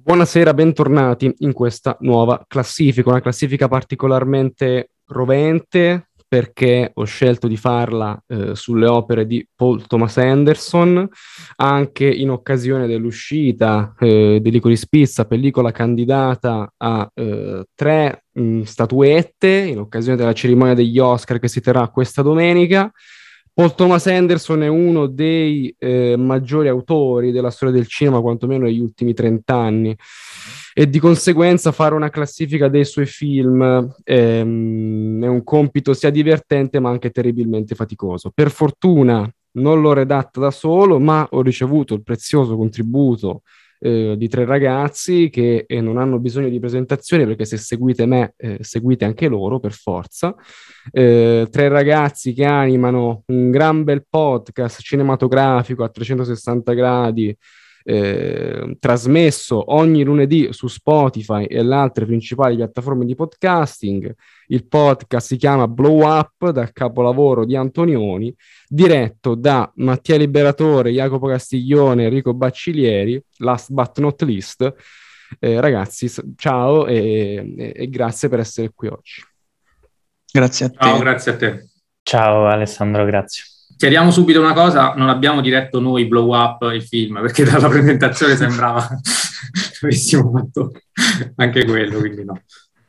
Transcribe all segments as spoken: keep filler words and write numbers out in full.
Buonasera, bentornati in questa nuova classifica, una classifica particolarmente rovente perché ho scelto di farla eh, sulle opere di Paul Thomas Anderson, anche in occasione dell'uscita eh, di Licorice Pizza, pellicola candidata a eh, tre mh, statuette in occasione della cerimonia degli Oscar che si terrà questa domenica. Paul Thomas Anderson è uno dei eh, maggiori autori della storia del cinema, quantomeno negli ultimi trent'anni, e di conseguenza fare una classifica dei suoi film ehm, è un compito sia divertente ma anche terribilmente faticoso. Per fortuna non l'ho redatta da solo, ma ho ricevuto il prezioso contributo eh, di tre ragazzi che eh, non hanno bisogno di presentazioni, perché se seguite me, eh, seguite anche loro per forza. Eh, tre ragazzi che animano un gran bel podcast cinematografico a trecentosessanta gradi, eh, trasmesso ogni lunedì su Spotify e le altre principali piattaforme di podcasting. Il podcast si chiama Blow Up, dal capolavoro di Antonioni, diretto da Mattia Liberatore, Jacopo Castiglione, Enrico Baccilieri, last but not least. Eh, ragazzi, ciao e, e, e grazie per essere qui oggi. Grazie a te. Ciao, grazie a te. Ciao Alessandro, grazie. Chiariamo subito una cosa, non abbiamo diretto noi Blow Up il film, perché dalla presentazione sembrava avessimo fatto anche quello, quindi no.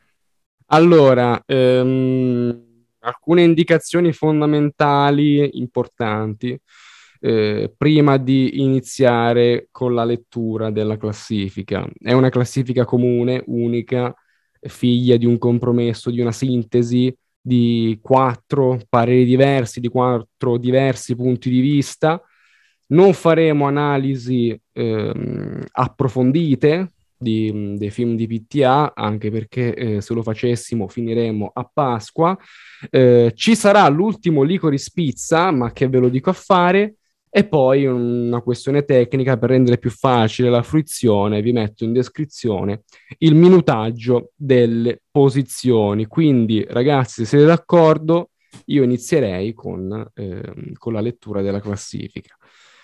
Allora, ehm, alcune indicazioni fondamentali, importanti, eh, prima di iniziare con la lettura della classifica. È una classifica comune, unica, figlia di un compromesso, di una sintesi di quattro pareri diversi, di quattro diversi punti di vista. Non faremo analisi ehm, approfondite di, dei film di P T A, anche perché eh, se lo facessimo finiremo a Pasqua. Eh, ci sarà l'ultimo Licorice Pizza, ma che ve lo dico a fare, e poi una questione tecnica per rendere più facile la fruizione. Vi metto in descrizione il minutaggio delle posizioni. Quindi, ragazzi, se siete d'accordo, io inizierei con, eh, con la lettura della classifica.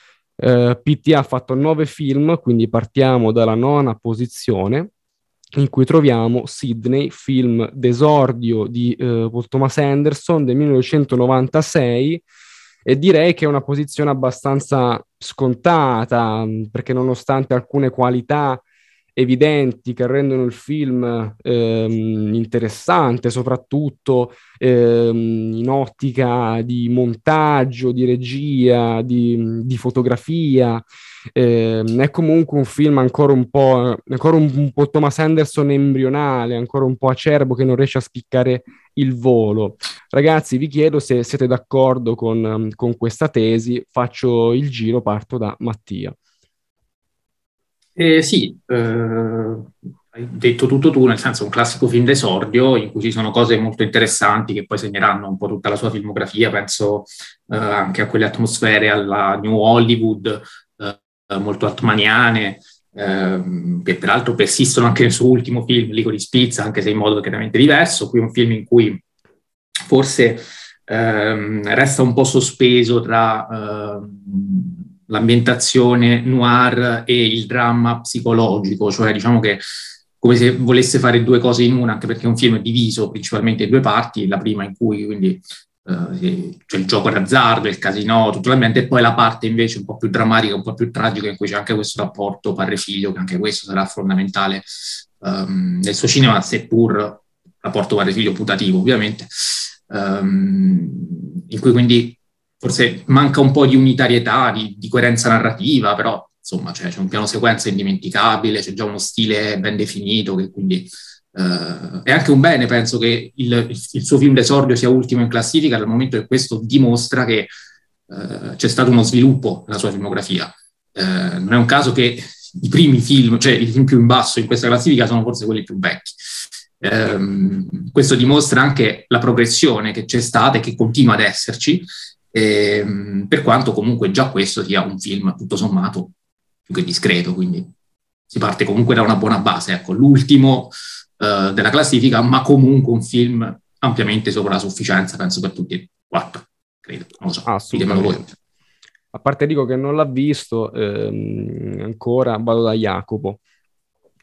Uh, P T A ha fatto nove film, quindi partiamo dalla nona posizione, in cui troviamo Sydney, film d'esordio di uh, Paul Thomas Anderson del millenovecentonovantasei, e direi che è una posizione abbastanza scontata, perché nonostante alcune qualità evidenti che rendono il film ehm, interessante, soprattutto ehm, in ottica di montaggio, di regia, di, di fotografia. Ehm, è comunque un film ancora un po', ancora un, un po' Thomas Anderson embrionale, ancora un po' acerbo, che non riesce a spiccare il volo. Ragazzi, vi chiedo se siete d'accordo con, con questa tesi. Faccio il giro, parto da Mattia. Eh, sì, eh, hai detto tutto tu, nel senso un classico film d'esordio in cui ci sono cose molto interessanti che poi segneranno un po' tutta la sua filmografia. Penso eh, anche a quelle atmosfere alla New Hollywood, eh, molto altmaniane, eh, che peraltro persistono anche nel suo ultimo film, Licorice Pizza, anche se in modo chiaramente diverso. Qui è un film in cui forse ehm, resta un po' sospeso tra ehm, l'ambientazione noir e il dramma psicologico, cioè diciamo che come se volesse fare due cose in una, anche perché è un film diviso principalmente in due parti, la prima in cui quindi eh, c'è il gioco d'azzardo, il casino, tutto l'ambiente, e poi la parte invece un po' più drammatica, un po' più tragica, in cui c'è anche questo rapporto padre-figlio, che anche questo sarà fondamentale um, nel suo cinema, seppur rapporto padre-figlio putativo ovviamente, um, in cui quindi forse manca un po' di unitarietà, di, di coerenza narrativa, però insomma c'è, c'è un piano sequenza indimenticabile, c'è già uno stile ben definito, che quindi eh, è anche un bene, penso, che il, il, il suo film d'esordio sia ultimo in classifica, dal momento che questo dimostra che eh, c'è stato uno sviluppo nella sua filmografia. Eh, non è un caso che i primi film, cioè i film più in basso in questa classifica, sono forse quelli più vecchi. Eh, questo dimostra anche la progressione che c'è stata e che continua ad esserci, Eh, per quanto comunque già questo sia un film tutto sommato più che discreto, quindi si parte comunque da una buona base, ecco, l'ultimo eh, della classifica, ma comunque un film ampiamente sopra la sufficienza, penso, per tutti e quattro, credo, non lo so, ditemelo voi. A parte dico che non l'ha visto, ehm, ancora vado da Jacopo.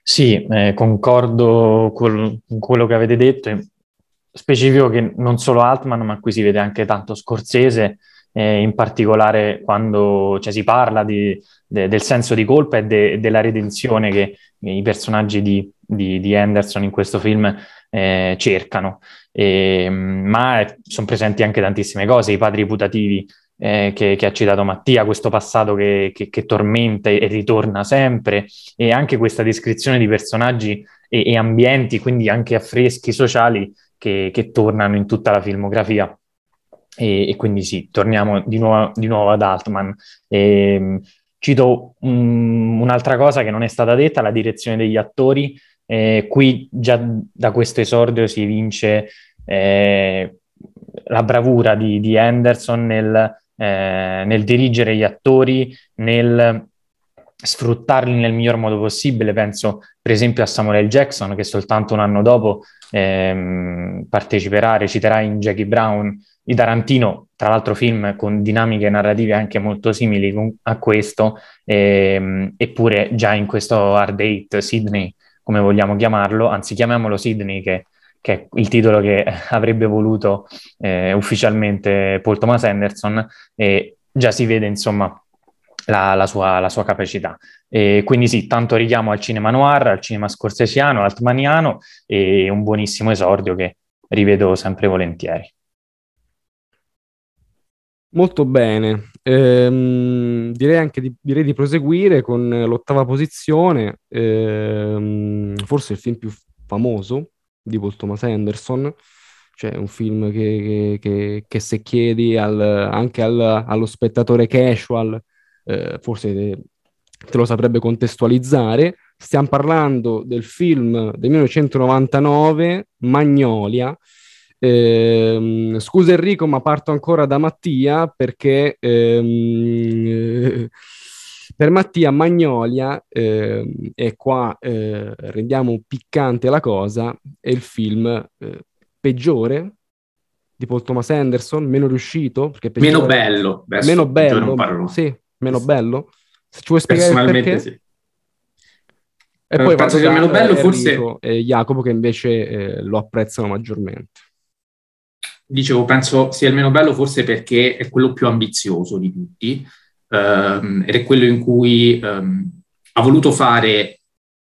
Sì, eh, concordo con con quello che avete detto, e specifico che non solo Altman, ma qui si vede anche tanto Scorsese, eh, in particolare quando cioè, si parla di- de- del senso di colpa e de- della redenzione che i personaggi di, di- di Anderson in questo film eh, cercano. E, mh, ma sono presenti anche tantissime cose, i padri putativi eh, che, che ha citato Mattia, questo passato che, che- che tormenta e ritorna sempre, e anche questa descrizione di personaggi e, e ambienti, quindi anche affreschi sociali che, che tornano in tutta la filmografia. E, e quindi sì, torniamo di nuovo, di nuovo ad Altman. E, cito um, un'altra cosa che non è stata detta, la direzione degli attori. Eh, qui già da questo esordio si evince eh, la bravura di, di Anderson nel, eh, nel dirigere gli attori, nel sfruttarli nel miglior modo possibile. Penso per esempio a Samuel L. Jackson, che soltanto un anno dopo ehm, parteciperà, reciterà in Jackie Brown di Tarantino, tra l'altro film con dinamiche narrative anche molto simili a questo, ehm, eppure già in questo Hard Eight, Sydney, come vogliamo chiamarlo, anzi chiamiamolo Sydney, che, che è il titolo che avrebbe voluto eh, ufficialmente Paul Thomas Anderson, e già si vede insomma la, la sua, la sua capacità. E quindi sì, tanto richiamo al cinema noir, al cinema scorsesiano, altmaniano, e un buonissimo esordio che rivedo sempre volentieri. Molto bene. Ehm, direi anche di, direi di proseguire con l'ottava posizione, ehm, forse il film più famoso di Paul Thomas Anderson, cioè un film che, che- che- che se chiedi al- anche al- allo spettatore casual, eh, forse te, te lo saprebbe contestualizzare. Stiamo parlando del film del millenovecentonovantanove, Magnolia. Ehm, scusa Enrico, ma parto ancora da Mattia perché ehm, per Mattia Magnolia, ehm, e qua eh, rendiamo piccante la cosa, è il film eh, peggiore di Paul Thomas Anderson, meno riuscito, perché Meno peggiore, bello, meno adesso peggiore non bello, parlo. sì, meno bello. Se ci vuoi spiegare il Personalmente perché? sì. E Eh, poi penso vado sia il da meno bello, eh, forse Enrico e Jacopo che invece eh, lo apprezzano maggiormente. dicevo, penso sia il meno bello forse perché è quello più ambizioso di tutti, ehm, ed è quello in cui ehm, ha voluto fare,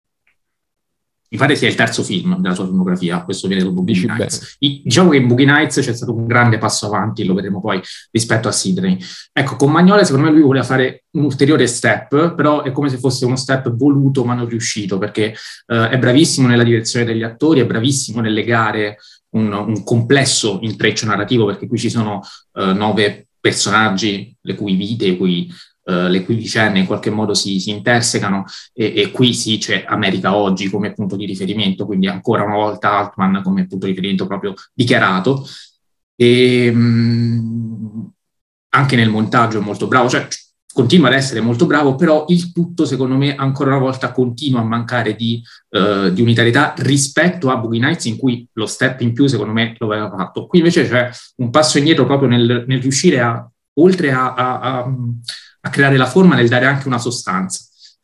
mi pare sia il terzo film della sua filmografia, questo viene dopo Boogie Dici bene. Nights. I- diciamo che in Boogie Nights c'è stato un grande passo avanti, lo vedremo poi, rispetto a Sydney. Ecco, con Magnolia secondo me lui voleva fare un ulteriore step, però è come se fosse uno step voluto ma non riuscito, perché eh, è bravissimo nella direzione degli attori, è bravissimo nel legare un, un complesso intreccio narrativo, perché qui ci sono eh, nove personaggi, le cui vite, le cui, eh, le cui vicende in qualche modo si, si intersecano, e, e qui sì c'è America Oggi come punto di riferimento, quindi ancora una volta Altman come punto di riferimento proprio dichiarato. E mh, anche nel montaggio è molto bravo, cioè continua ad essere molto bravo, però il tutto secondo me ancora una volta continua a mancare di, uh, di unitarietà rispetto a Boogie Nights, in cui lo step in più secondo me lo aveva fatto. Qui invece c'è un passo indietro proprio nel, nel riuscire a, oltre a, a, a, a creare la forma, nel dare anche una sostanza.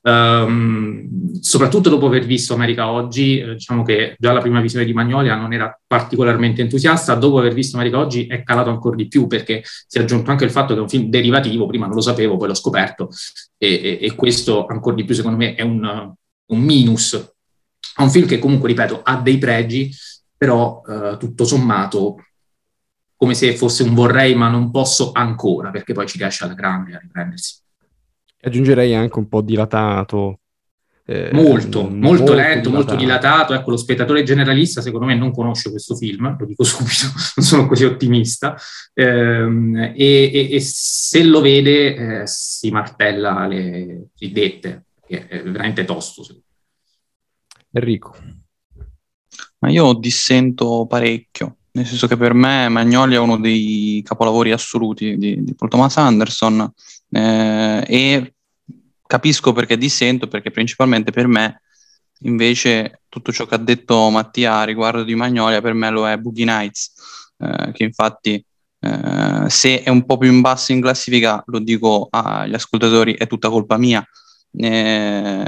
Um, soprattutto dopo aver visto America Oggi, eh, diciamo che già la prima visione di Magnolia non era particolarmente entusiasta, dopo aver visto America Oggi è calato ancora di più, perché si è aggiunto anche il fatto che è un film derivativo, prima non lo sapevo, poi l'ho scoperto, e, e, e questo ancora di più secondo me è un, un minus. È un film che comunque, ripeto, ha dei pregi, però eh, tutto sommato come se fosse un vorrei ma non posso ancora, perché poi ci riesce alla grande a riprendersi. Aggiungerei anche un po' dilatato. Eh, Molto, molto, molto lento, dilatato. molto dilatato. Ecco, lo spettatore generalista secondo me non conosce questo film, lo dico subito, non sono così ottimista, ehm, e, e, e se lo vede eh, si martella le dette, che è veramente tosto. Enrico. Ma io dissento parecchio, nel senso che per me Magnolia è uno dei capolavori assoluti di, di Paul Thomas Anderson, eh, e capisco perché dissento, perché principalmente per me invece tutto ciò che ha detto Mattia a riguardo di Magnolia per me lo è Boogie Nights, eh, che infatti eh, se è un po' più in basso in classifica, lo dico agli ascoltatori, è tutta colpa mia, eh,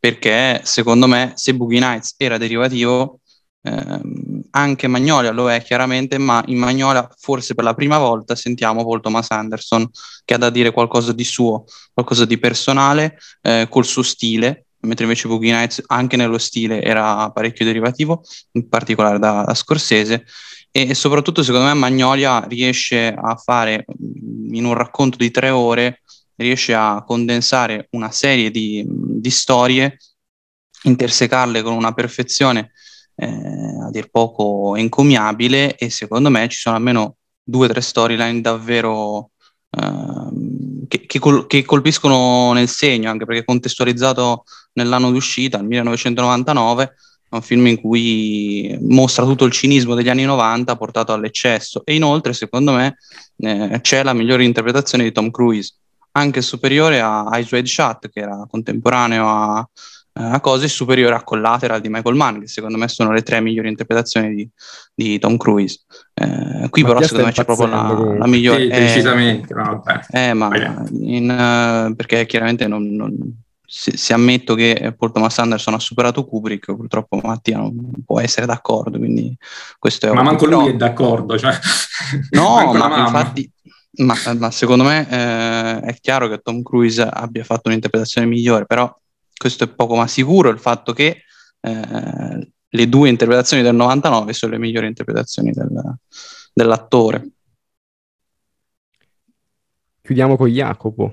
perché secondo me se Boogie Nights era derivativo, ehm, anche Magnolia lo è chiaramente, ma in Magnolia forse per la prima volta sentiamo Paul Thomas Anderson che ha da dire qualcosa di suo, qualcosa di personale, eh, col suo stile, mentre invece Boogie Nights anche nello stile era parecchio derivativo, in particolare da, da Scorsese, e, e soprattutto secondo me Magnolia riesce a fare in un racconto di tre ore, riesce a condensare una serie di, di storie, intersecarle con una perfezione eh, a dir poco encomiabile, e secondo me ci sono almeno due o tre storyline davvero eh, che, che, col- che colpiscono nel segno, anche perché contestualizzato nell'anno di uscita, il millenovecentonovantanove, è un film in cui mostra tutto il cinismo degli anni novanta portato all'eccesso, e inoltre secondo me eh, c'è la migliore interpretazione di Tom Cruise, anche superiore a Eyes Wide Shut, che era contemporaneo a, a cose, superiore a Collateral di Michael Mann, che secondo me sono le tre migliori interpretazioni di, di Tom Cruise. Eh, qui però Mattia secondo me sta c'è proprio la, impazzendo la migliore. Sì, eh, decisamente. No, vabbè. eh, ma in, eh, perché chiaramente non, non- se, se ammetto che Paul Thomas Anderson ha superato Kubrick, purtroppo Mattia non può essere d'accordo, quindi questo è Ma ovvio. manco Però- lui è d'accordo, cioè, No, manco la ma mamma. infatti, ma, ma secondo me eh, è chiaro che Tom Cruise abbia fatto un'interpretazione migliore, però questo è poco ma sicuro il fatto che eh, le due interpretazioni del novantanove sono le migliori interpretazioni del- dell'attore. Chiudiamo con Jacopo.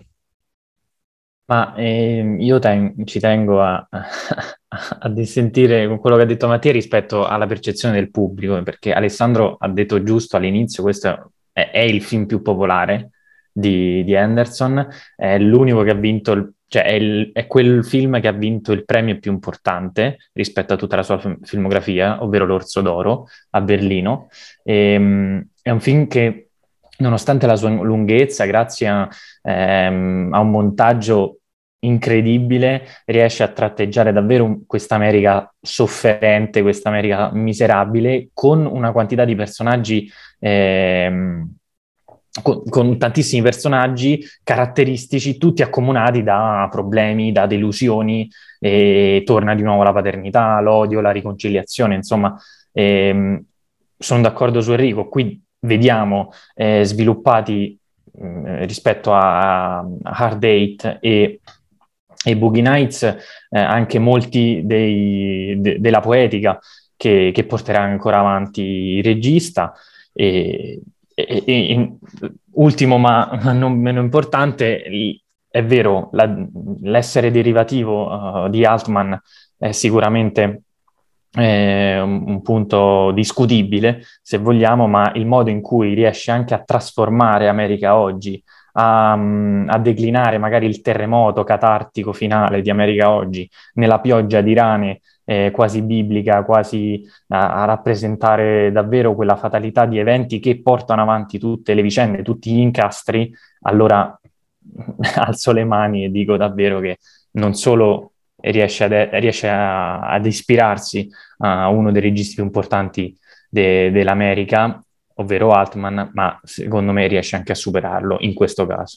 Ma ehm, io ten- ci tengo a, a dissentire con quello che ha detto Mattia rispetto alla percezione del pubblico, perché Alessandro ha detto giusto all'inizio, questo è, è il film più popolare di, di Anderson, è l'unico che ha vinto, il- cioè è, il- è quel film che ha vinto il premio più importante rispetto a tutta la sua film- filmografia, ovvero l'Orso d'Oro a Berlino. Ehm, è un film che, nonostante la sua lunghezza, grazie a ehm, ha un montaggio incredibile, riesce a tratteggiare davvero un- questa America sofferente, questa America miserabile, con una quantità di personaggi, ehm, con, con tantissimi personaggi caratteristici, tutti accomunati da problemi, da delusioni, e torna di nuovo la paternità, l'odio, la riconciliazione, insomma, ehm, sono d'accordo su Enrico, qui vediamo eh, sviluppati mh, rispetto a, a Hard Eight e, e Boogie Nights eh, anche molti dei, de, della poetica che, che porterà ancora avanti il regista. E, e, e in, ultimo ma, ma non meno importante, è vero, la, l'essere derivativo uh, di Altman è sicuramente eh, un, un punto discutibile, se vogliamo, ma il modo in cui riesce anche a trasformare America Oggi, a, a declinare magari il terremoto catartico finale di America Oggi nella pioggia di rane eh, quasi biblica, quasi a, a rappresentare davvero quella fatalità di eventi che portano avanti tutte le vicende, tutti gli incastri, allora alzo le mani e dico davvero che non solo riesce, ad, riesce a, ad ispirarsi a uno dei registi più importanti de, dell'America, ovvero Altman, ma secondo me riesce anche a superarlo in questo caso.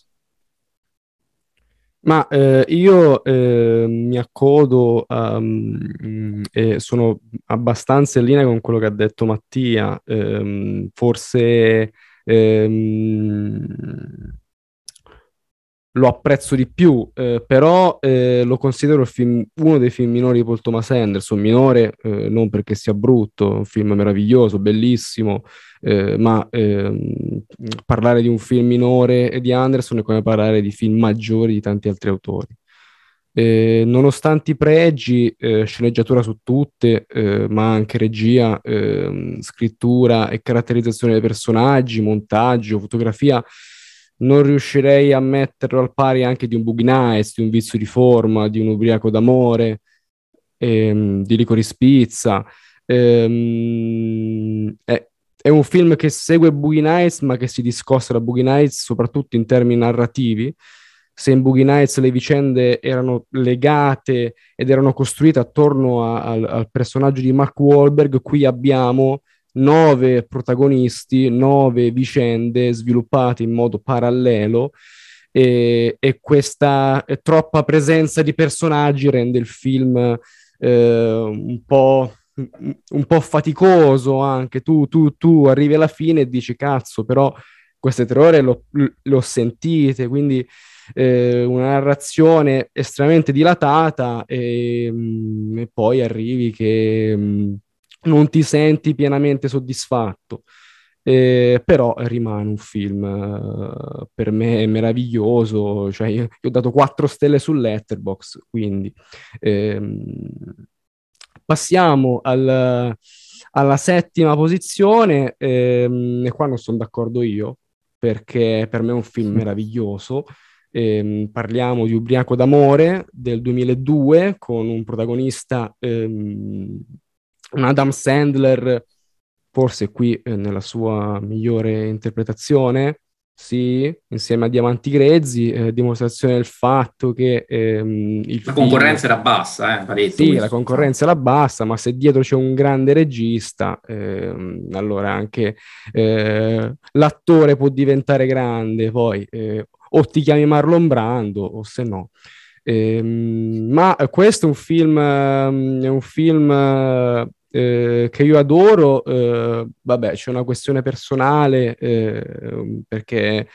Ma eh, io eh, mi accodo um, e sono abbastanza in linea con quello che ha detto Mattia. Ehm, forse ehm, lo apprezzo di più, eh, però eh, lo considero il film, uno dei film minori di Paul Thomas Anderson, minore eh, non perché sia brutto, un film meraviglioso, bellissimo, eh, ma ehm, parlare di un film minore di Anderson è come parlare di film maggiori di tanti altri autori. Eh, nonostante i pregi, eh, sceneggiatura su tutte, eh, ma anche regia, ehm, scrittura e caratterizzazione dei personaggi, montaggio, fotografia, non riuscirei a metterlo al pari anche di un Boogie Nights, di un Vizio di forma, di un Ubriaco d'amore, ehm, di Licorice Pizza. Ehm, è, è un film che segue Boogie Nights, ma che si discosta da Boogie Nights soprattutto in termini narrativi. Se in Boogie Nights le vicende erano legate ed erano costruite attorno a, al, al personaggio di Mark Wahlberg, qui abbiamo nove protagonisti, nove vicende sviluppate in modo parallelo, e, e questa eh, troppa presenza di personaggi rende il film eh, un po', un po' faticoso anche. Tu, tu, tu arrivi alla fine e dici cazzo, però queste tre ore l'ho, l'ho sentite, quindi eh, una narrazione estremamente dilatata e, mh, e poi arrivi che mh, non ti senti pienamente soddisfatto. Eh, però rimane un film eh, per me meraviglioso, cioè io, io ho dato quattro stelle su Letterboxd, quindi ehm, passiamo al, alla settima posizione, ehm, e qua non sono d'accordo io, perché per me è un film meraviglioso. Ehm, parliamo di Ubriaco d'amore del duemiladue con un protagonista, ehm, un Adam Sandler, forse qui eh, nella sua migliore interpretazione, sì, insieme a Diamanti Grezzi, eh, dimostrazione del fatto che ehm, il La film... concorrenza era bassa, eh, va detto Sì, la questo. concorrenza è la bassa, ma se dietro c'è un grande regista, ehm, allora anche eh, l'attore può diventare grande, poi eh, o ti chiami Marlon Brando o se no. Ehm, ma questo è un film, ehm, è un film eh, che io adoro. Eh, vabbè, c'è una questione personale eh, perché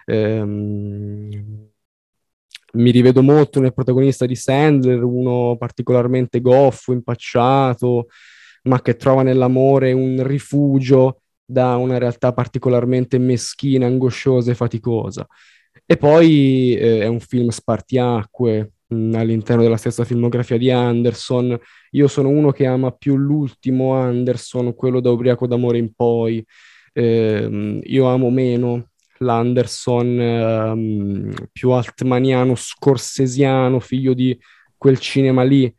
ehm, mi rivedo molto nel protagonista di Sandler, uno particolarmente goffo, impacciato, ma che trova nell'amore un rifugio da una realtà particolarmente meschina, angosciosa e faticosa. E poi eh, è un film spartiacque mh, all'interno della stessa filmografia di Anderson. Io sono uno che ama più l'ultimo Anderson, quello da Ubriaco d'amore in poi. Ehm, io amo meno l'Anderson ehm, più altmaniano, scorsesiano, figlio di quel cinema lì,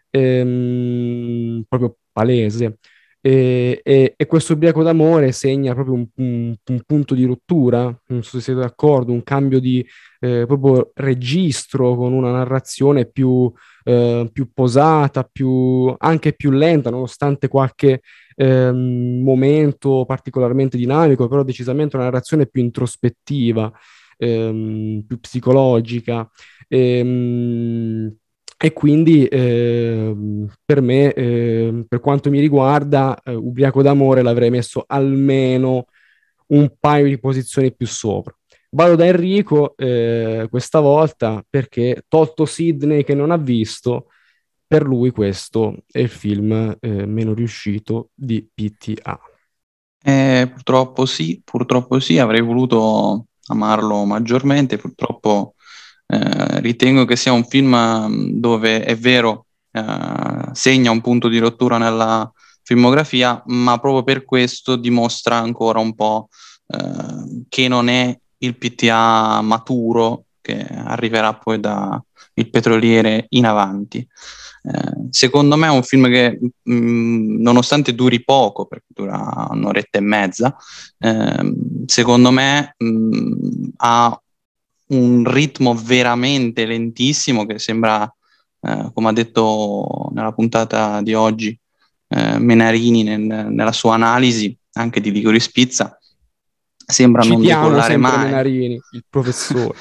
ehm, proprio palese. E, e- e questo Ubriaco d'amore segna proprio un, un- un punto di rottura, non so se siete d'accordo, un cambio di eh, proprio registro con una narrazione più, eh, più posata, più, anche più lenta, nonostante qualche ehm, momento particolarmente dinamico, però decisamente una narrazione più introspettiva, ehm, più psicologica. Ehm, e quindi ehm, per me, ehm, per quanto mi riguarda, eh, Ubriaco d'amore l'avrei messo almeno un paio di posizioni più sopra. Vado da Enrico eh, questa volta perché, tolto Sidney che non ha visto, per lui questo è il film eh, meno riuscito di P T A. Eh, purtroppo sì, purtroppo sì, avrei voluto amarlo maggiormente, purtroppo eh, ritengo che sia un film mh, dove è vero, eh, segna un punto di rottura nella filmografia, ma proprio per questo dimostra ancora un po' eh, che non è il P T A maturo che arriverà poi da Il petroliere in avanti. Eh, secondo me è un film che, mh, nonostante duri poco, perché dura un'oretta e mezza, ehm, secondo me mh, ha un ritmo veramente lentissimo che sembra, eh, come ha detto nella puntata di oggi, eh, Menarini nel- nella sua analisi anche di Licorice Pizza, sembra non Citiamo decollare sempre mai. Menarini, il professore.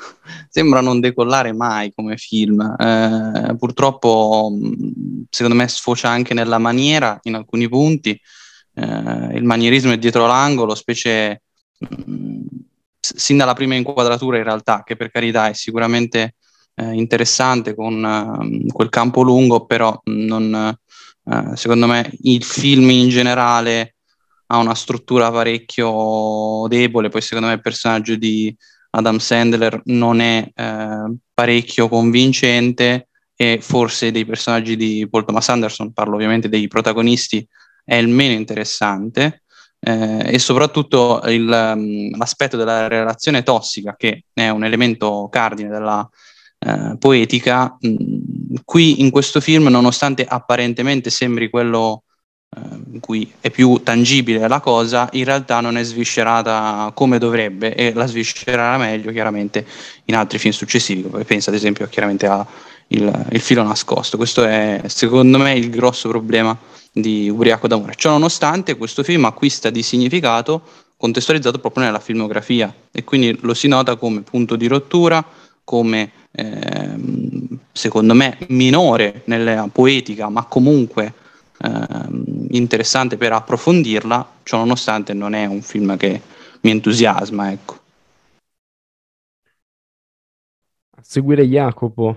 Sembra non decollare mai come film. Eh, purtroppo, mh, secondo me, sfocia anche nella maniera in alcuni punti. Eh, il manierismo è dietro l'angolo, specie mh, s- sin dalla prima inquadratura, in realtà, che per carità è sicuramente eh, interessante con eh, quel campo lungo, però mh, non, eh, secondo me il film in generale ha una struttura parecchio debole. Poi, secondo me, il personaggio di Adam Sandler non è eh, parecchio convincente e forse dei personaggi di Paul Thomas Anderson, parlo ovviamente dei protagonisti, è il meno interessante. Eh, e soprattutto il, um, l'aspetto della relazione tossica, che è un elemento cardine della eh, poetica, mh, qui in questo film, nonostante apparentemente sembri quello in cui è più tangibile la cosa, in realtà non è sviscerata come dovrebbe, e la sviscererà meglio chiaramente in altri film successivi. Pensa ad esempio chiaramente a il, il filo nascosto. Questo è secondo me il grosso problema di Ubriaco d'amore. Ciò nonostante, questo film acquista di significato contestualizzato proprio nella filmografia, e quindi lo si nota come punto di rottura, come ehm, secondo me minore nella poetica, ma comunque ehm, interessante per approfondirla. Ciò nonostante non è un film che mi entusiasma, ecco. A seguire Jacopo.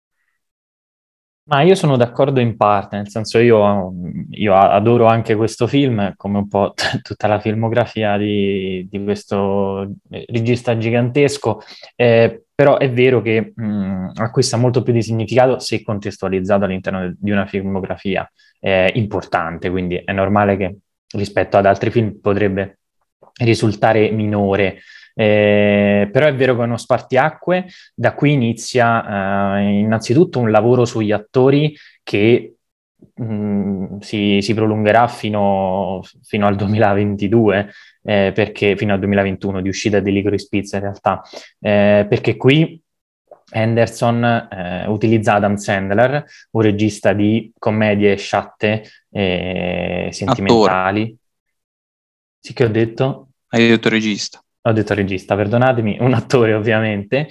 Ma io sono d'accordo in parte, nel senso io, io adoro anche questo film, come un po' t- tutta la filmografia di, di questo regista gigantesco, eh, però è vero che mh, acquista molto più di significato se contestualizzato all'interno di una filmografia eh, importante, quindi è normale che rispetto ad altri film potrebbe risultare minore. Eh, però è vero che è uno spartiacque. Da qui inizia eh, innanzitutto un lavoro sugli attori che mh, si, si prolungherà fino, fino al duemilaventidue, eh, perché fino al duemilaventuno di uscita di Licorice Pizza in realtà, eh, perché qui Henderson eh, utilizza Adam Sandler, un regista di commedie sciatte e sentimentali. Attore. Sì, che ho detto? Hai detto regista. Ho detto regista, perdonatemi, un attore ovviamente,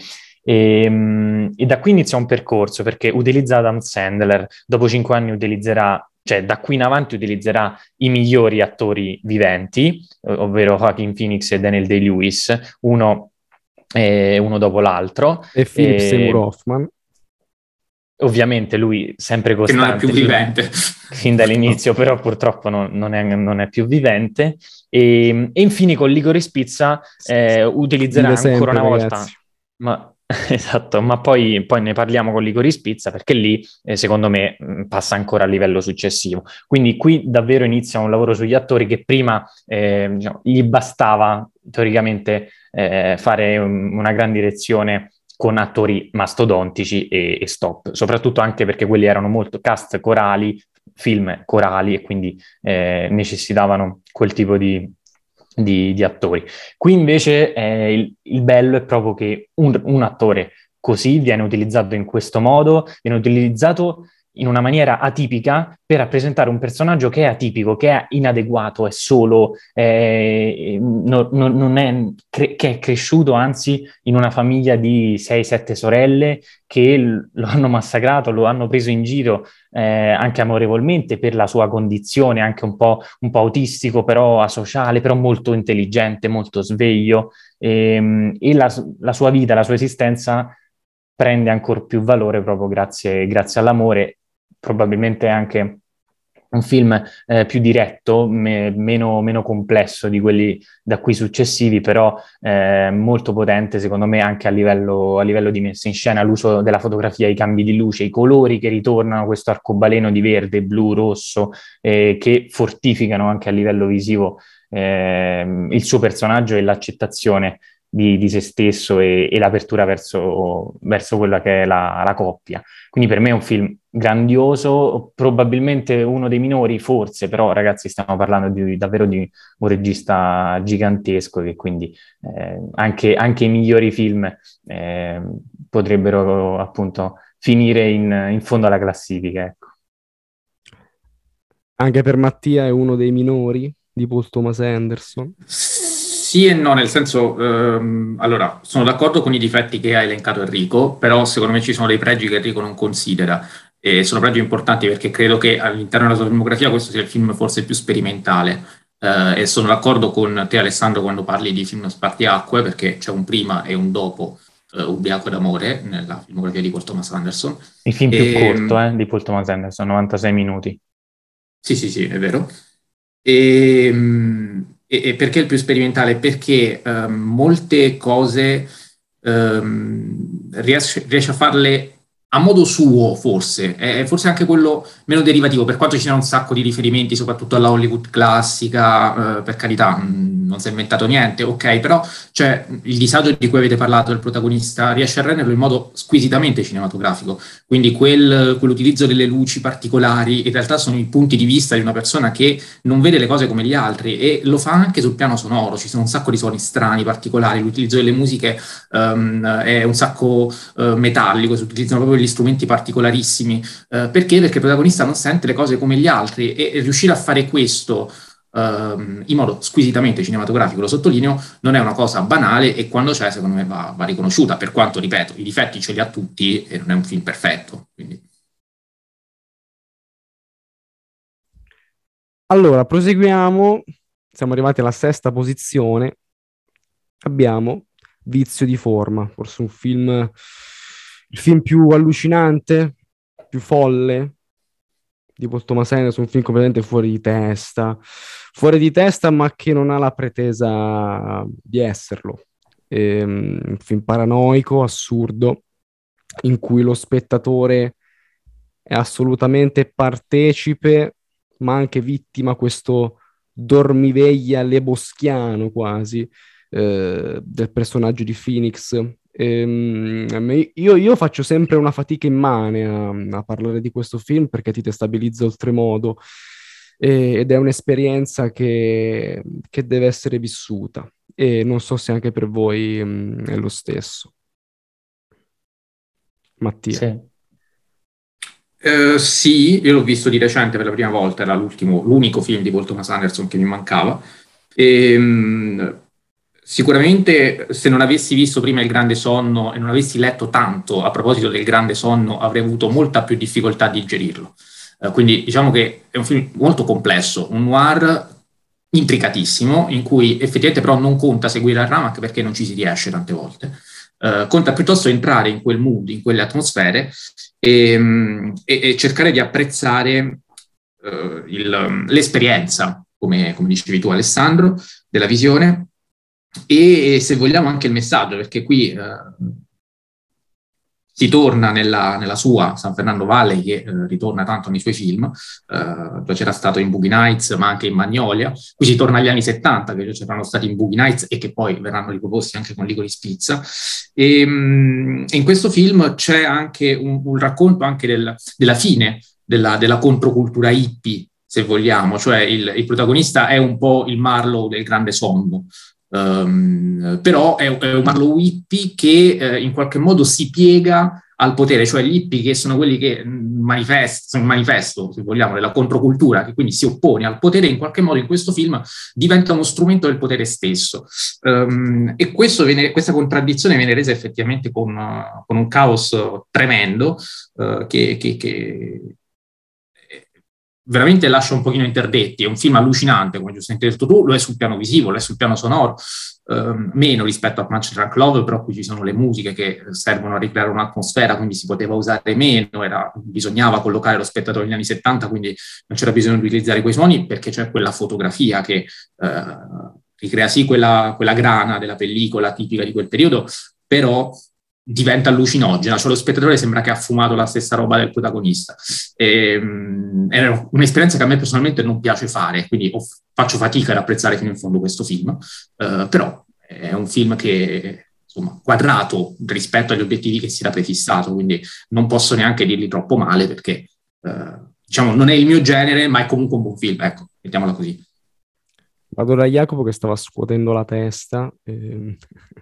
e, e da qui inizia un percorso, perché utilizza Adam Sandler, dopo cinque anni utilizzerà, cioè da qui in avanti utilizzerà i migliori attori viventi, ovvero Joaquin Phoenix e Daniel Day-Lewis, uno, eh, uno dopo l'altro. E Philip e, Seymour Hoffman. Ovviamente lui sempre che non è costante più fin, vivente fin dall'inizio, però purtroppo non, non, è, non è più vivente. E, e infine con Licorice Pizza eh, utilizzerà Vive sempre, ancora una volta, ragazzi. ma, esatto, ma poi, poi ne parliamo con Licorice Pizza, perché lì eh, secondo me mh, passa ancora a livello successivo. Quindi qui davvero inizia un lavoro sugli attori che prima eh, diciamo, gli bastava teoricamente eh, fare un, una gran direzione con attori mastodontici e, e stop, soprattutto anche perché quelli erano molto cast corali, film corali, e quindi eh, necessitavano quel tipo di, di, di attori. Qui invece eh, il, il bello è proprio che un, un attore così viene utilizzato in questo modo, viene utilizzato in una maniera atipica per rappresentare un personaggio che è atipico, che è inadeguato, è solo, eh, no, no, non è, cre- che è cresciuto anzi in una famiglia di sei sette sorelle che l- lo hanno massacrato, lo hanno preso in giro eh, anche amorevolmente per la sua condizione, anche un po', un po' autistico, però asociale, però molto intelligente, molto sveglio, e, e la, la sua vita, la sua esistenza prende ancora più valore proprio grazie, grazie all'amore. Probabilmente anche un film eh, più diretto, me, meno, meno complesso di quelli da qui successivi, però eh, molto potente secondo me anche a livello, a livello di messa in scena, l'uso della fotografia, i cambi di luce, i colori che ritornano, questo arcobaleno di verde, blu, rosso, eh, che fortificano anche a livello visivo eh, il suo personaggio e l'accettazione di, di se stesso e, e l'apertura verso, verso quella che è la, la coppia. Quindi per me è un film grandioso, probabilmente uno dei minori, forse, però ragazzi stiamo parlando di, davvero di un regista gigantesco, che quindi eh, anche, anche i migliori film eh, potrebbero appunto finire in, in fondo alla classifica, ecco. Anche per Mattia è uno dei minori di Paul Thomas Anderson? Sì e no, nel senso, ehm, allora, sono d'accordo con i difetti che ha elencato Enrico, però secondo me ci sono dei pregi che Enrico non considera, e sono pregi importanti perché credo che all'interno della sua filmografia questo sia il film forse più sperimentale, eh, e sono d'accordo con te Alessandro quando parli di film spartiacque, perché c'è un prima e un dopo eh, Ubriaco d'amore nella filmografia di Paul Thomas Anderson. Il film e, più corto eh, di Paul Thomas Anderson, novantasei minuti. Sì, sì, sì, è vero. E, e, e perché il più sperimentale? Perché um, molte cose um, riesce, riesce a farle a modo suo, forse. È forse anche quello meno derivativo, per quanto ci siano un sacco di riferimenti, soprattutto alla Hollywood classica, uh, per carità, mh, non si è inventato niente, ok, però cioè, il disagio di cui avete parlato del protagonista riesce a renderlo in modo squisitamente cinematografico. Quindi quel, quell'utilizzo delle luci particolari in realtà sono i punti di vista di una persona che non vede le cose come gli altri, e lo fa anche sul piano sonoro. Ci sono un sacco di suoni strani, particolari, l'utilizzo delle musiche um, è un sacco uh, metallico, si utilizzano proprio gli strumenti particolarissimi. Uh, perché? Perché il protagonista non sente le cose come gli altri, e, e riuscire a fare questo ehm, in modo squisitamente cinematografico, lo sottolineo, non è una cosa banale e quando c'è, secondo me, va, va riconosciuta, per quanto, ripeto, i difetti ce li ha tutti e non è un film perfetto. Quindi. Allora, proseguiamo, siamo arrivati alla sesta posizione, abbiamo Vizio di forma, forse un film, il film più allucinante, più folle di Paul Thomas Anderson, un film completamente fuori di testa, fuori di testa ma che non ha la pretesa di esserlo. È un film paranoico, assurdo, in cui lo spettatore è assolutamente partecipe, ma anche vittima, questo dormiveglia leboschiano quasi, eh, del personaggio di Phoenix. Ehm, io, io faccio sempre una fatica immane a, a parlare di questo film perché ti destabilizza oltremodo, eh, ed è un'esperienza che, che deve essere vissuta, e non so se anche per voi mh, è lo stesso. Mattia. Sì. Uh, sì, io l'ho visto di recente per la prima volta, era l'ultimo, l'unico film di Paul Thomas Anderson che mi mancava. E, um, sicuramente se non avessi visto prima Il Grande Sonno e non avessi letto tanto a proposito del Grande Sonno, avrei avuto molta più difficoltà a digerirlo. Uh, quindi diciamo che è un film molto complesso, un noir intricatissimo, in cui effettivamente però non conta seguire la trama, anche perché non ci si riesce tante volte. Uh, conta piuttosto entrare in quel mood, in quelle atmosfere e, e, e cercare di apprezzare uh, il, l'esperienza, come, come dicevi tu Alessandro, della visione e, e se vogliamo anche il messaggio, perché qui uh, si torna nella, nella sua San Fernando Valley, che eh, ritorna tanto nei suoi film, eh, già c'era stato in Boogie Nights, ma anche in Magnolia. Qui si torna agli anni settanta, che già c'erano stati in Boogie Nights e che poi verranno riproposti anche con Licorice Pizza. E, mh, in questo film c'è anche un, un racconto anche del, della fine della, della controcultura hippie, se vogliamo, cioè il, il protagonista è un po' il Marlowe del Grande Sonno. Um, però è, è un Marlowe hippie che eh, in qualche modo si piega al potere, cioè gli hippie che sono quelli che manifest- sono un manifesto, se vogliamo, della controcultura, che quindi si oppone al potere, in qualche modo in questo film diventa uno strumento del potere stesso. Um, e questo viene, questa contraddizione viene resa effettivamente con, uh, con un caos tremendo uh, che, che, che veramente lascia un pochino interdetti. È un film allucinante, come giustamente hai detto tu, lo è sul piano visivo, lo è sul piano sonoro, ehm, meno rispetto a Punch Drunk Love, però qui ci sono le musiche che servono a ricreare un'atmosfera, quindi si poteva usare meno, era, bisognava collocare lo spettatore negli anni settanta, quindi non c'era bisogno di utilizzare quei suoni, perché c'è quella fotografia che eh, ricrea sì quella, quella grana della pellicola tipica di quel periodo, però diventa allucinogena, cioè lo spettatore sembra che ha fumato la stessa roba del protagonista. E, um, è un'esperienza che a me personalmente non piace fare, quindi ho, faccio fatica ad apprezzare fino in fondo questo film, uh, però è un film che, insomma, quadrato rispetto agli obiettivi che si era prefissato, quindi non posso neanche dirli troppo male perché, uh, diciamo, non è il mio genere, ma è comunque un buon film, ecco, mettiamola così. Vado da Jacopo che stava scuotendo la testa. E...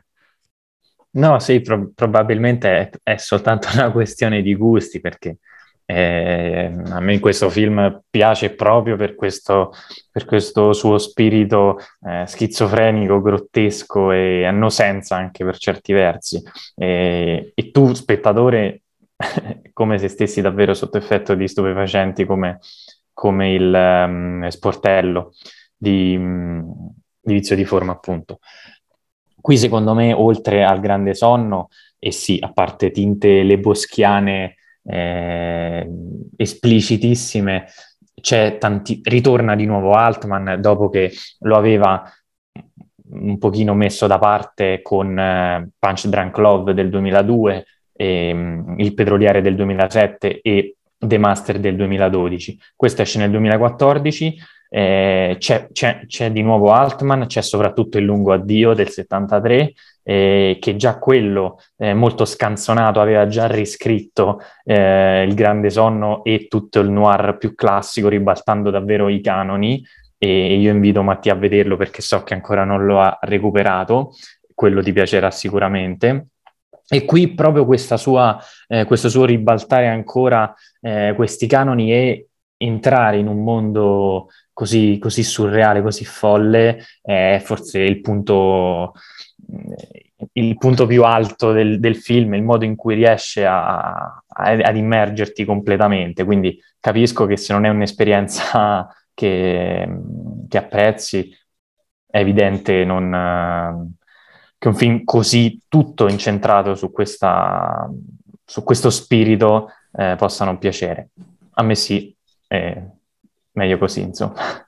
No, sì, pro- probabilmente è, è soltanto una questione di gusti, perché eh, a me questo film piace proprio per questo, per questo suo spirito eh, schizofrenico, grottesco e annosenza anche per certi versi. E, e tu, spettatore, come se stessi davvero sotto effetto di stupefacenti come, come il um, sportello di, um, di Vizio di forma, appunto. Qui secondo me, oltre al Grande Sonno, e sì, a parte tinte leboschiane eh, esplicitissime, c'è tanti... ritorna di nuovo Altman dopo che lo aveva un pochino messo da parte con eh, Punch Drunk Love del duemiladue, ehm, Il Petroliere del duemilasette e The Master del duemiladodici. Questo esce nel duemilaquattordici. Eh, c'è, c'è, c'è di nuovo Altman, c'è soprattutto Il lungo addio del settantatré, eh, che già quello eh, molto scanzonato aveva già riscritto eh, Il Grande Sonno e tutto il noir più classico, ribaltando davvero i canoni, e io invito Mattia a vederlo perché so che ancora non lo ha recuperato, quello ti piacerà sicuramente. E qui proprio questa sua, eh, questo suo ribaltare ancora eh, questi canoni e entrare in un mondo così, così surreale, così folle, è forse il punto, il punto più alto del, del film, il modo in cui riesce a, a- ad immergerti completamente. Quindi capisco che se non è un'esperienza che, che apprezzi, è evidente non, eh, che un film così tutto incentrato su questa, su questo spirito eh, possa non piacere. A me sì, è meglio così, insomma.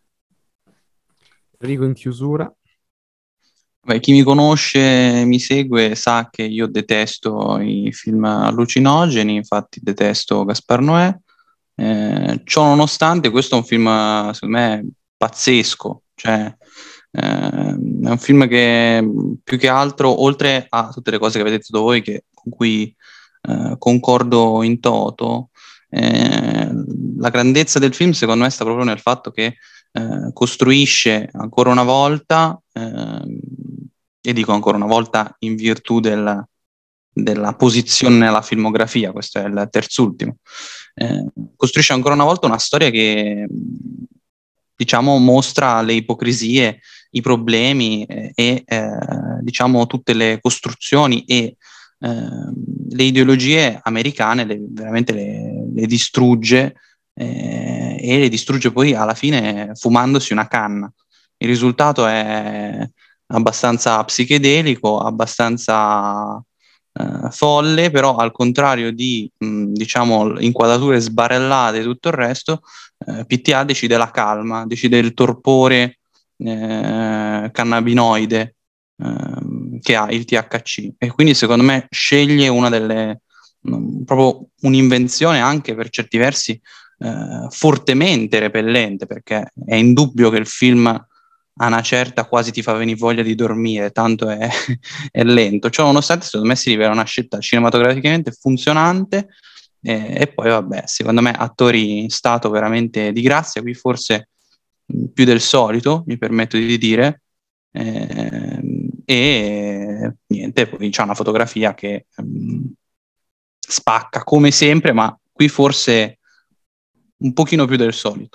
Enrico in chiusura. Beh, chi mi conosce, mi segue, sa che io detesto i film allucinogeni, infatti detesto Gaspar Noè. Eh, ciò nonostante, questo è un film, secondo me, pazzesco. Cioè, ehm, è un film che più che altro, oltre a tutte le cose che avete detto voi, che, con cui eh, concordo in toto, eh, la grandezza del film, secondo me, sta proprio nel fatto che eh, costruisce ancora una volta, ehm, e dico ancora una volta in virtù del- della posizione nella filmografia, questo è il terzultimo, eh, costruisce ancora una volta una storia che, mh, diciamo, mostra le ipocrisie, i problemi eh, e eh, diciamo tutte le costruzioni e ehm, le ideologie americane, le- veramente le, le distrugge, eh, e le distrugge poi alla fine fumandosi una canna. Il risultato è abbastanza psichedelico, abbastanza eh, folle, però al contrario di, mh, diciamo, inquadrature sbarellate e tutto il resto, eh, P T A decide la calma, decide il torpore eh, cannabinoide ehm, che ha il T H C, e quindi secondo me sceglie una delle, mh, proprio un'invenzione anche per certi versi eh, fortemente repellente, perché è indubbio che il film a una certa quasi ti fa venire voglia di dormire, tanto è, è lento. Ciò nonostante, secondo me si rivela una scelta cinematograficamente funzionante, eh, e poi vabbè, secondo me attori in stato veramente di grazia, qui forse mh, più del solito, mi permetto di dire, ehm, e niente, poi c'è una fotografia che mh, spacca come sempre, ma qui forse un pochino più del solito.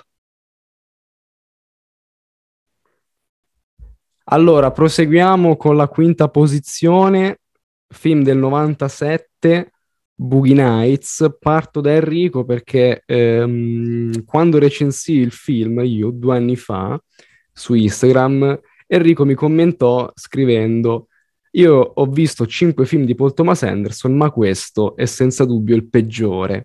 Allora, proseguiamo con la quinta posizione, film del novantasette, Boogie Nights. Parto da Enrico perché ehm, quando recensì il film, io due anni fa, su Instagram, Enrico mi commentò scrivendo: io ho visto cinque film di Paul Thomas Anderson, ma questo è senza dubbio il peggiore.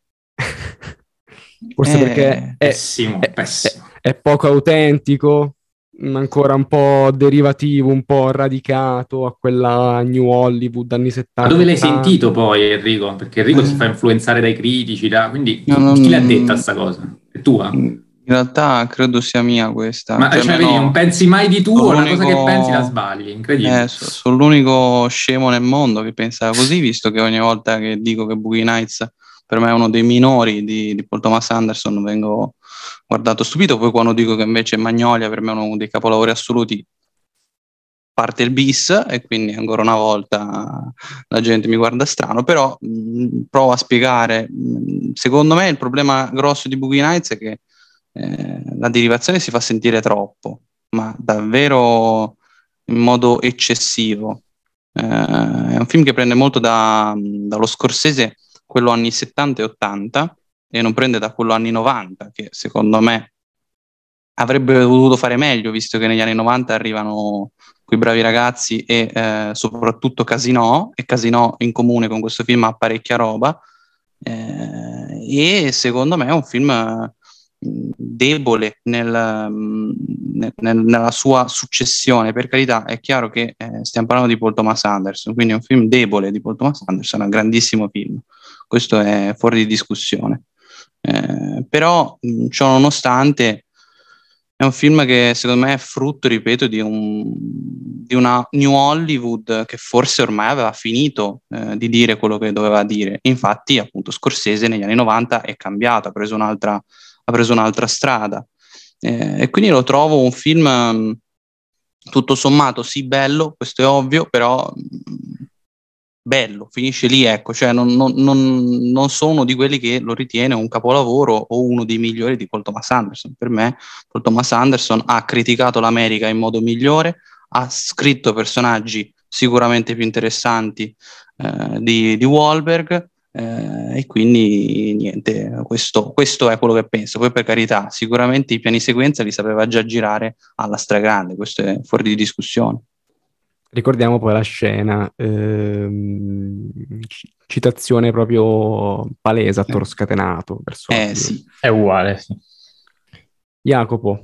Forse perché Eh, è, Pessimo, è- pessimo. è- è poco autentico, mh, ancora un po' derivativo, un po' radicato a quella New Hollywood anni Ma settanta dove l'hai ottanta. sentito poi, Enrico? Perché Enrico si fa eh, influenzare dai critici, da- quindi no, chi, chi l'ha detta non- sta cosa? È tua? in realtà credo sia mia questa, Ma cioè cioè, vedi, non almeno pensi mai di tu, sono o la cosa che pensi la l'unico, sbagli, eh, incredibile. so- sono l'unico scemo nel mondo che pensa così, visto che ogni volta che dico che Boogie Nights per me è uno dei minori di, di Paul Thomas Anderson vengo guardato stupito, poi quando dico che invece Magnolia per me è uno dei capolavori assoluti parte il bis, e quindi ancora una volta la gente mi guarda strano, però mh, provo a spiegare. Mh, secondo me il problema grosso di Boogie Nights è che eh, la derivazione si fa sentire troppo, ma davvero in modo eccessivo. Eh, è un film che prende molto da- dallo Scorsese, quello anni settanta e ottanta, e non prende da quello anni novanta, che secondo me avrebbe voluto fare meglio, visto che negli anni novanta arrivano quei bravi ragazzi e eh, soprattutto Casino, e Casino in comune con questo film ha parecchia roba, eh, e secondo me è un film eh, debole nel, mm, nel- nella sua successione. Per carità, è chiaro che eh, stiamo parlando di Paul Thomas Anderson, quindi è un film debole di Paul Thomas Anderson, è un grandissimo film, questo è fuori di discussione. Eh, però mh, ciò nonostante è un film che secondo me è frutto, ripeto, di, un, di una New Hollywood che forse ormai aveva finito eh, di dire quello che doveva dire. Infatti, appunto, Scorsese negli anni novanta è cambiato, ha preso un'altra, ha preso un'altra strada. Eh, e quindi lo trovo un film mh, tutto sommato sì bello, questo è ovvio, però mh, bello, finisce lì, ecco, cioè non, non, non, non sono di quelli che lo ritiene un capolavoro o uno dei migliori di Paul Thomas Anderson. Per me Paul Thomas Anderson ha criticato l'America in modo migliore, ha scritto personaggi sicuramente più interessanti eh, di, di Wahlberg, eh, e quindi niente, questo, questo è quello che penso. Poi per carità, sicuramente i piani sequenza li sapeva già girare alla stragrande, questo è fuori di discussione. Ricordiamo poi la scena, ehm, citazione proprio palese, attore scatenato. Verso eh sì, è uguale, sì. Jacopo.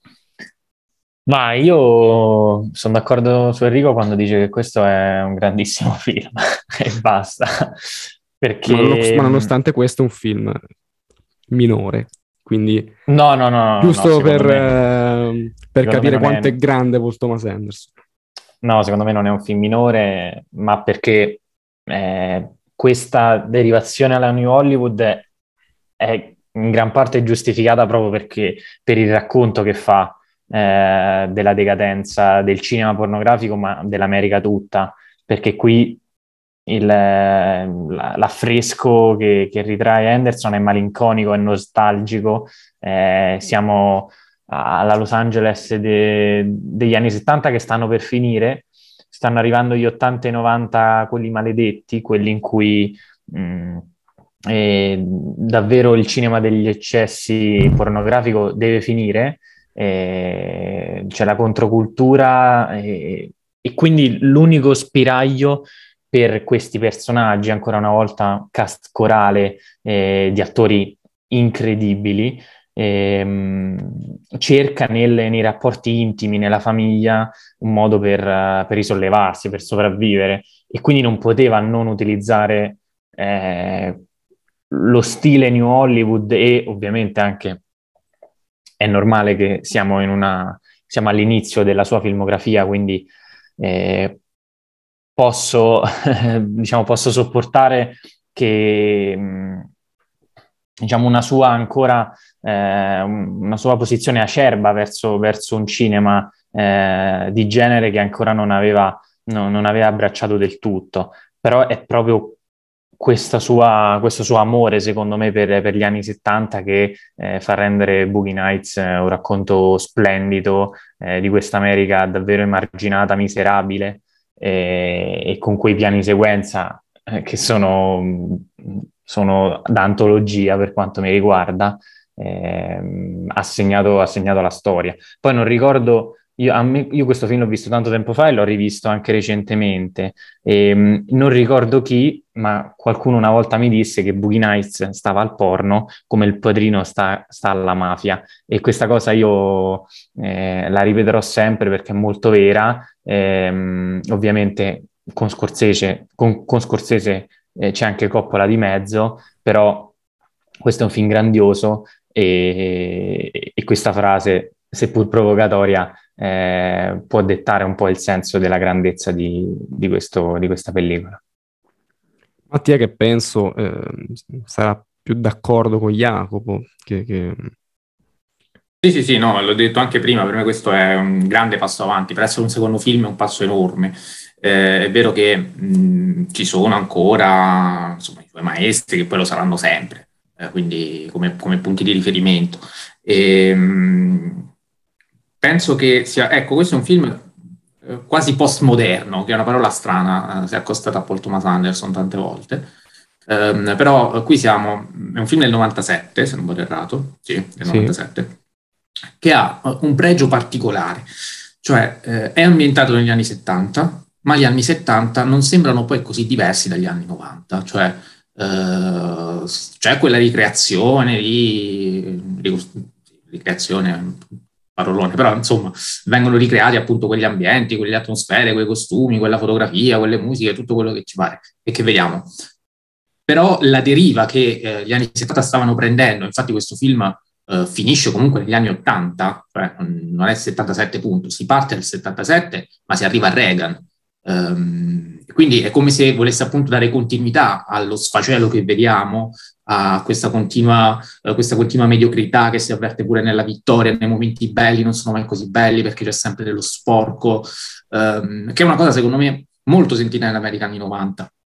Ma io sono d'accordo su Enrico quando dice che questo è un grandissimo film e basta. Perché... Ma, non, ma nonostante questo è un film minore, quindi no, no, no, giusto no, per, me, eh, per capire quanto è... è grande Paul Thomas Anderson. No, secondo me non è un film minore, ma perché eh, questa derivazione alla New Hollywood è in gran parte giustificata proprio perché per il racconto che fa eh, della decadenza del cinema pornografico, ma dell'America tutta, perché qui il, l'affresco che, che ritrae Anderson è malinconico, è nostalgico, eh, siamo alla Los Angeles de, degli anni settanta che stanno per finire, stanno arrivando gli ottanta e novanta, quelli maledetti, quelli in cui mh, eh, davvero il cinema degli eccessi pornografico deve finire, eh, c'è la controcultura eh, e quindi l'unico spiraglio per questi personaggi, ancora una volta cast corale eh, di attori incredibili, ehm, cerca nel, nei rapporti intimi, nella famiglia, un modo per, uh, per risollevarsi, per sopravvivere, e quindi non poteva non utilizzare eh, lo stile New Hollywood, e ovviamente anche è normale che siamo, in una, siamo all'inizio della sua filmografia, quindi eh, posso, diciamo, posso sopportare che mh, diciamo una sua ancora eh, una sua posizione acerba verso, verso un cinema eh, di genere che ancora non aveva, no, non aveva abbracciato del tutto, però è proprio questa sua, questo suo amore, secondo me, per, per gli anni settanta che eh, fa rendere Boogie Nights eh, un racconto splendido eh, di questa America davvero emarginata, miserabile, eh, e con quei piani sequenza eh, che sono, sono da antologia per quanto mi riguarda, eh, ha segnato, ha segnato la storia. Poi non ricordo, io, a me, io questo film l'ho visto tanto tempo fa e l'ho rivisto anche recentemente, e, mh, non ricordo chi, ma qualcuno una volta mi disse che Boogie Nights stava al porno come il Padrino sta, sta alla mafia, e questa cosa io eh, la ripeterò sempre perché è molto vera. Ehm, ovviamente con Scorsese, con, con Scorsese eh, c'è anche Coppola di mezzo, però questo è un film grandioso, e, e questa frase, seppur provocatoria, eh, può dettare un po' il senso della grandezza di, di, questo, di questa pellicola. Mattia, che penso eh, sarà più d'accordo con Jacopo che... che... Sì, sì, sì, no, l'ho detto anche prima, per me questo è un grande passo avanti, per essere un secondo film è un passo enorme. Eh, è vero che mh, ci sono ancora, insomma, i suoi maestri che poi lo saranno sempre, eh, quindi come, come punti di riferimento. E, mh, penso che sia, ecco, questo è un film eh, quasi postmoderno, che è una parola strana, eh, si è accostata a Paul Thomas Anderson tante volte. Um, però qui siamo, è un film del novantasette, se non vado errato, sì, del Sì. novantasette, che ha un pregio particolare, cioè eh, è ambientato negli anni settanta, ma gli anni settanta non sembrano poi così diversi dagli anni novanta, cioè eh, c'è quella ricreazione, di, ricreazione, parolone, però insomma vengono ricreati appunto quegli ambienti, quelle atmosfere, quei costumi, quella fotografia, quelle musiche, tutto quello che ci pare e che vediamo. Però la deriva che eh, gli anni settanta stavano prendendo, infatti questo film eh, finisce comunque negli anni ottanta, cioè non è settantasette punto, si parte dal settantasette ma si arriva a Reagan. Um, quindi è come se volesse appunto dare continuità allo sfacelo che vediamo, a questa continua, uh, questa continua mediocrità che si avverte pure nella vittoria, nei momenti belli non sono mai così belli perché c'è sempre dello sporco, um, che è una cosa secondo me molto sentita nell'America anni novanta.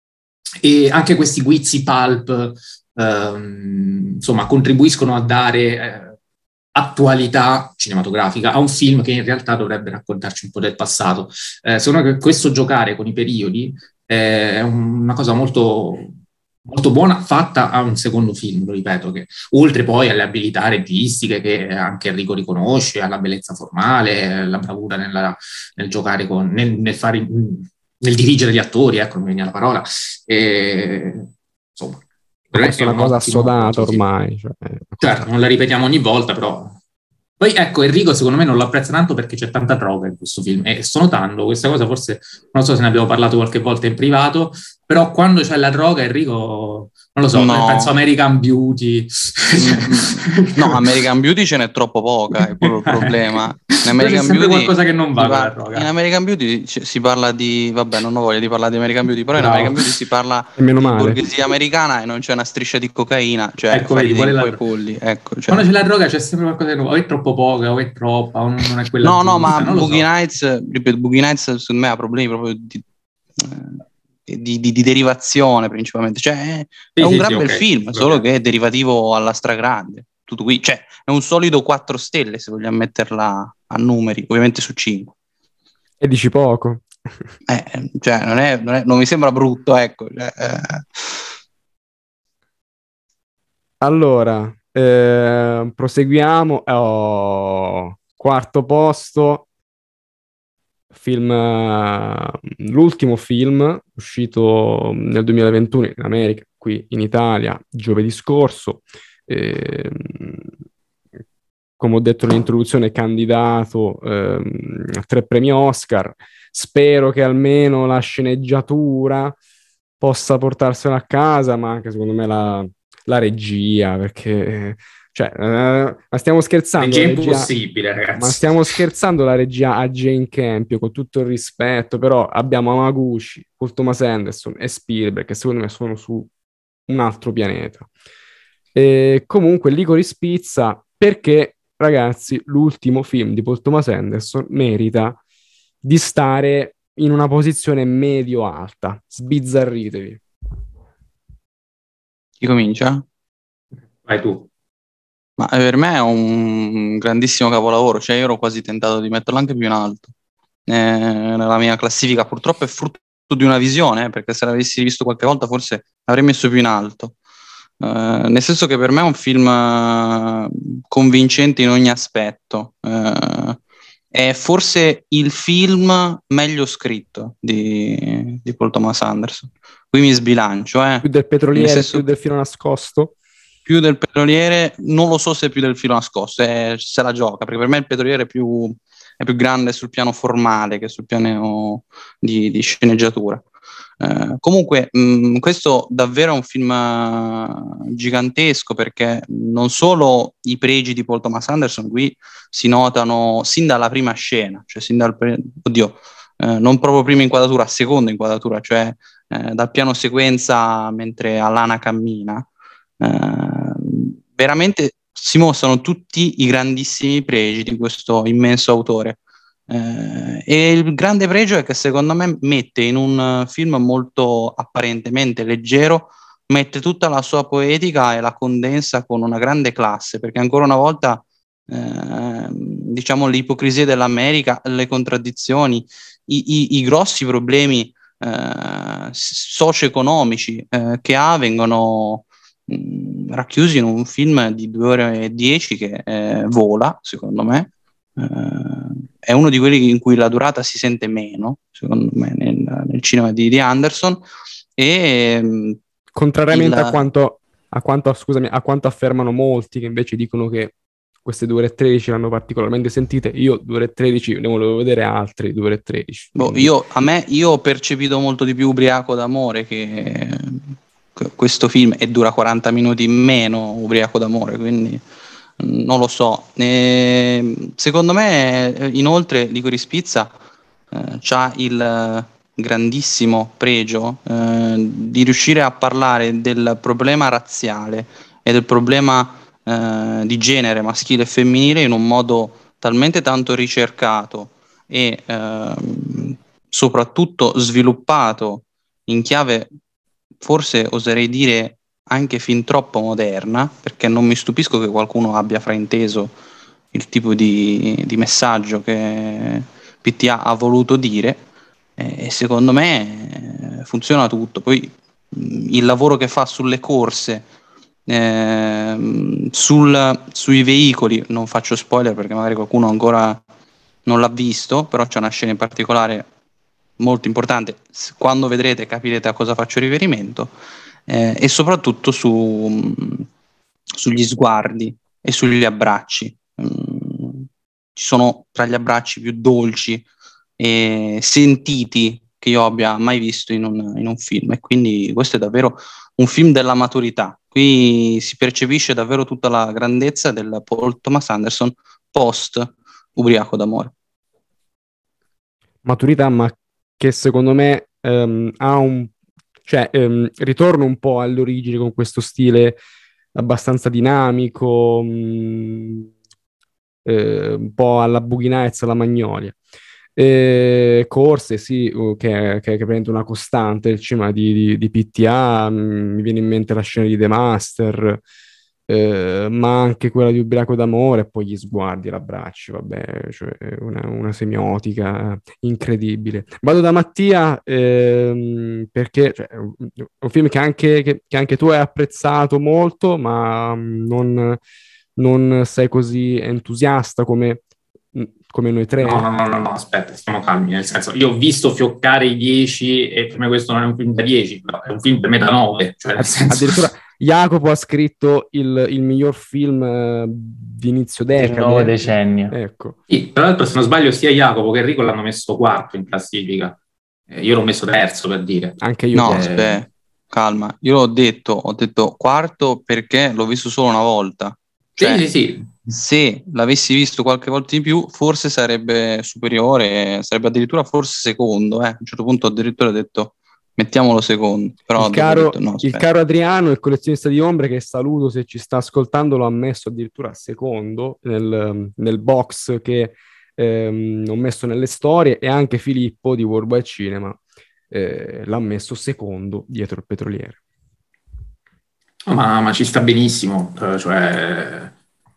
e anche questi guizzi pulp ehm, insomma contribuiscono a dare eh, attualità cinematografica a un film che in realtà dovrebbe raccontarci un po' del passato. Eh, secondo me questo giocare con i periodi eh, è una cosa molto, molto buona, fatta a un secondo film, lo ripeto, che oltre poi alle abilità registiche che anche Enrico riconosce, alla bellezza formale, alla bravura nella, nel giocare con, nel, nel fare, nel dirigere gli attori, ecco, non mi viene la parola, e, insomma, Ma questa è una un cosa ottimo, assodata ottimo ormai. Cioè, è una certo, cosa- non la ripetiamo ogni volta, però. Poi ecco, Enrico secondo me non lo apprezza tanto perché c'è tanta droga in questo film e sto notando questa cosa, forse non so se ne abbiamo parlato qualche volta in privato, però quando c'è la droga Enrico, non lo so, No. penso American Beauty. No, American Beauty ce n'è troppo poca, è quello il problema. In Però c'è American sempre Beauty qualcosa che non va si con la par- droga. in American Beauty c- si parla di, vabbè, non ho voglia di parlare di American Beauty, però in Bravo. American Beauty si parla E meno di male. borghesia americana e non c'è una striscia di cocaina, cioè Ecco, fai vedi, qual è dei la coi polli, ecco, cioè. Quando c'è la droga c'è sempre qualcosa che non va, o è troppo poca, o è troppa, o non è quella No, no, giusta, ma non lo Boogie so. Nights, ripeto, Boogie Nights secondo me ha problemi proprio di, eh, di, di- di derivazione principalmente, cioè è, Sì, è un sì, gran sì, bel ok, film, va solo bene. che è derivativo alla stragrande, tutto qui, cioè è un solido quattro stelle se vogliamo metterla a numeri, ovviamente su cinque. E dici poco. Eh, cioè non, è, non, è, non mi sembra brutto, ecco. Cioè, eh. Allora, eh, proseguiamo. Oh, quarto posto, film, eh, l'ultimo film uscito nel duemilaventuno in America, qui in Italia, giovedì scorso. Ehm, come ho detto nell'introduzione, candidato ehm, a tre premi Oscar. Spero che almeno la sceneggiatura possa portarsela a casa, ma anche secondo me la, la regia, perché cioè, eh, ma stiamo scherzando, Regia la regia, impossibile, ma ragazzi. stiamo scherzando, la regia a Jane Campion, con tutto il rispetto, però abbiamo Hamaguchi, Paul Thomas Anderson e Spielberg, che secondo me sono su un altro pianeta. E comunque Licorice Pizza, perché ragazzi, l'ultimo film di Paul Thomas Anderson merita di stare in una posizione medio-alta. Sbizzarritevi. Chi comincia? Vai tu. Ma per me è un grandissimo capolavoro, cioè io ero quasi tentato di metterlo anche più in alto. Eh, nella mia classifica purtroppo è frutto di una visione, eh, perché se l'avessi visto qualche volta forse l'avrei messo più in alto. Eh, nel senso che per me è un film eh, convincente in ogni aspetto. Eh, è forse il film meglio scritto di, di Paul Thomas Anderson. Qui mi sbilancio, eh. Più del petroliere, Nel senso- più del filo nascosto. più del petroliere, non lo so se è più del filo nascosto, è, se la gioca, perché per me il petroliere è più, è più grande sul piano formale che sul piano di, di sceneggiatura. Eh, comunque, mh, questo davvero è un film eh, gigantesco, perché non solo i pregi di Paul Thomas Anderson qui si notano sin dalla prima scena, cioè sin dal pre- oddio, eh, non proprio prima inquadratura, seconda inquadratura, cioè eh, dal piano sequenza mentre Alana cammina. Uh, veramente si mostrano tutti i grandissimi pregi di questo immenso autore, uh, e il grande pregio è che secondo me mette in un film molto apparentemente leggero, mette tutta la sua poetica e la condensa con una grande classe, perché ancora una volta uh, diciamo l'ipocrisia dell'America, le contraddizioni, i, i, i grossi problemi uh, socio-economici uh, che ha vengono racchiusi in un film di due ore e dieci che eh, vola, secondo me. Eh, è uno di quelli in cui la durata si sente meno, secondo me, nel, nel cinema di, di Anderson. E Contrariamente il... a quanto, a quanto, scusami, a quanto affermano molti che invece dicono che queste due ore e tredici l'hanno particolarmente sentite, io due ore e tredici ne volevo vedere altri, due ore e tredici. Boh, io, a me, io ho percepito molto di più Ubriaco d'amore che questo film, e dura quaranta minuti in meno Ubriaco d'amore, quindi non lo so. E, secondo me inoltre Licorice Pizza eh, c'ha il grandissimo pregio eh, di riuscire a parlare del problema razziale e del problema eh, di genere maschile e femminile in un modo talmente tanto ricercato e eh, soprattutto sviluppato in chiave forse oserei dire anche fin troppo moderna, perché non mi stupisco che qualcuno abbia frainteso il tipo di, di messaggio che P T A ha voluto dire, e secondo me funziona tutto. Poi il lavoro che fa sulle corse, eh, sul, sui veicoli, non faccio spoiler perché magari qualcuno ancora non l'ha visto, però c'è una scena in particolare molto importante, quando vedrete capirete a cosa faccio riferimento, eh, e soprattutto su, sugli sguardi e sugli abbracci. Mm, ci sono tra gli abbracci più dolci e sentiti che io abbia mai visto in un, in un film, e quindi questo è davvero un film della maturità. Qui si percepisce davvero tutta la grandezza del Paul Thomas Anderson post Ubriaco d'amore. Maturità, ma che secondo me ehm, ha un, cioè, ehm, ritorna un po' alle origini con questo stile abbastanza dinamico, mh, eh, un po' alla Boogie Nights, alla Magnolia. Eh, corse, sì, uh, che, che, che prende una costante del cinema di, di, di P T A, mh, mi viene in mente la scena di The Master, eh, ma anche quella di Ubriaco d'amore, e poi gli sguardi, l'abbraccio, vabbè, cioè una, una semiotica incredibile. Vado da Mattia, ehm, perché cioè, è un, è un film che anche, che, che anche tu hai apprezzato molto, ma mh, non, non sei così entusiasta come, come noi tre. No, no, no, no, no, aspetta, stiamo calmi, nel senso, io ho visto fioccare i dieci e per me questo non è un film da dieci, però è un film per me da nove, cioè nel senso... Addirittura Jacopo ha scritto il, il miglior film uh, di inizio decade. Il nuovo decennio. Ecco. Sì, tra l'altro, se non sbaglio, sia Jacopo che Enrico l'hanno messo quarto in classifica. Eh, io l'ho messo terzo, per dire. Anche io. No, eh... aspetta, calma. Io l'ho detto, ho detto quarto perché l'ho visto solo una volta. Cioè, sì, sì, sì. Se l'avessi visto qualche volta in più, forse sarebbe superiore, sarebbe addirittura forse secondo. Eh. A un certo punto addirittura ho detto mettiamolo secondo. Però il, caro, detto, no, il caro Adriano, il collezionista di ombre, che saluto se ci sta ascoltando, lo ha messo addirittura secondo nel, nel box che ehm, ho messo nelle storie, e anche Filippo di Worldwide Cinema eh, l'ha messo secondo dietro il Petroliere. Ma, ma ci sta benissimo, cioè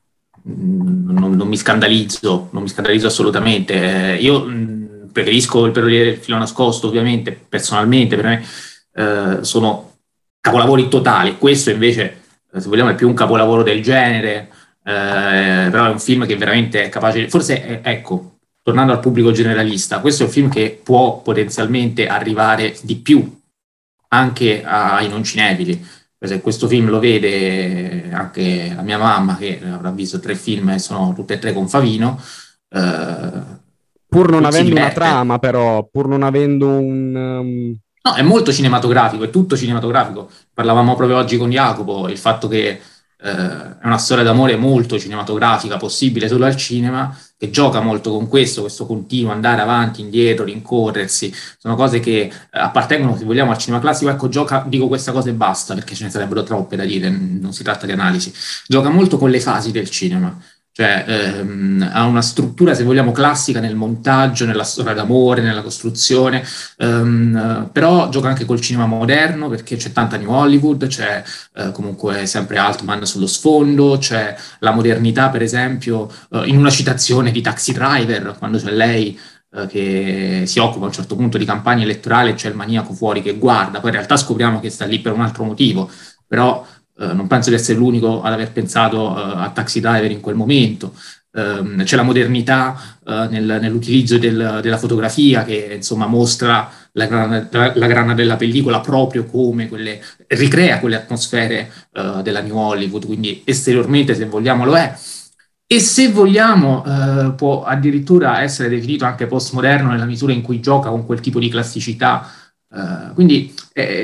non, non mi scandalizzo, non mi scandalizzo assolutamente. Io mh, preferisco il Petroliere e il filo nascosto, ovviamente, personalmente, per me eh, sono capolavori totali. Questo invece, se vogliamo, è più un capolavoro del genere, eh, però è un film che veramente è capace, forse, è, ecco, tornando al pubblico generalista, questo è un film che può potenzialmente arrivare di più anche ai non cinefili. Se questo film lo vede anche la mia mamma, che avrà visto tre film e sono tutte e tre con Favino, eh, pur non avendo una trama, però, pur non avendo un... Um... No, è molto cinematografico, è tutto cinematografico. Parlavamo proprio oggi con Jacopo, il fatto che eh, è una storia d'amore molto cinematografica, possibile solo al cinema, che gioca molto con questo, questo continuo andare avanti, indietro, rincorrersi, sono cose che eh, appartengono, se vogliamo, al cinema classico. Ecco, gioca, dico questa cosa e basta, perché ce ne sarebbero troppe da dire, non si tratta di analisi. Gioca molto con le fasi del cinema, cioè ehm, ha una struttura, se vogliamo, classica nel montaggio, nella storia d'amore, nella costruzione, ehm, però gioca anche col cinema moderno, perché c'è tanta New Hollywood, c'è eh, comunque sempre Altman sullo sfondo, c'è la modernità, per esempio, eh, in una citazione di Taxi Driver, quando c'è lei eh, che si occupa a un certo punto di campagna elettorale, c'è il maniaco fuori che guarda, poi in realtà scopriamo che sta lì per un altro motivo, però Uh, non penso di essere l'unico ad aver pensato uh, a Taxi Driver in quel momento. Uh, c'è la modernità uh, nel, nell'utilizzo del, della fotografia, che insomma mostra la grana, la grana della pellicola proprio come quelle, ricrea quelle atmosfere uh, della New Hollywood, quindi esteriormente, se vogliamo, lo è. E se vogliamo uh, può addirittura essere definito anche postmoderno nella misura in cui gioca con quel tipo di classicità. Uh, quindi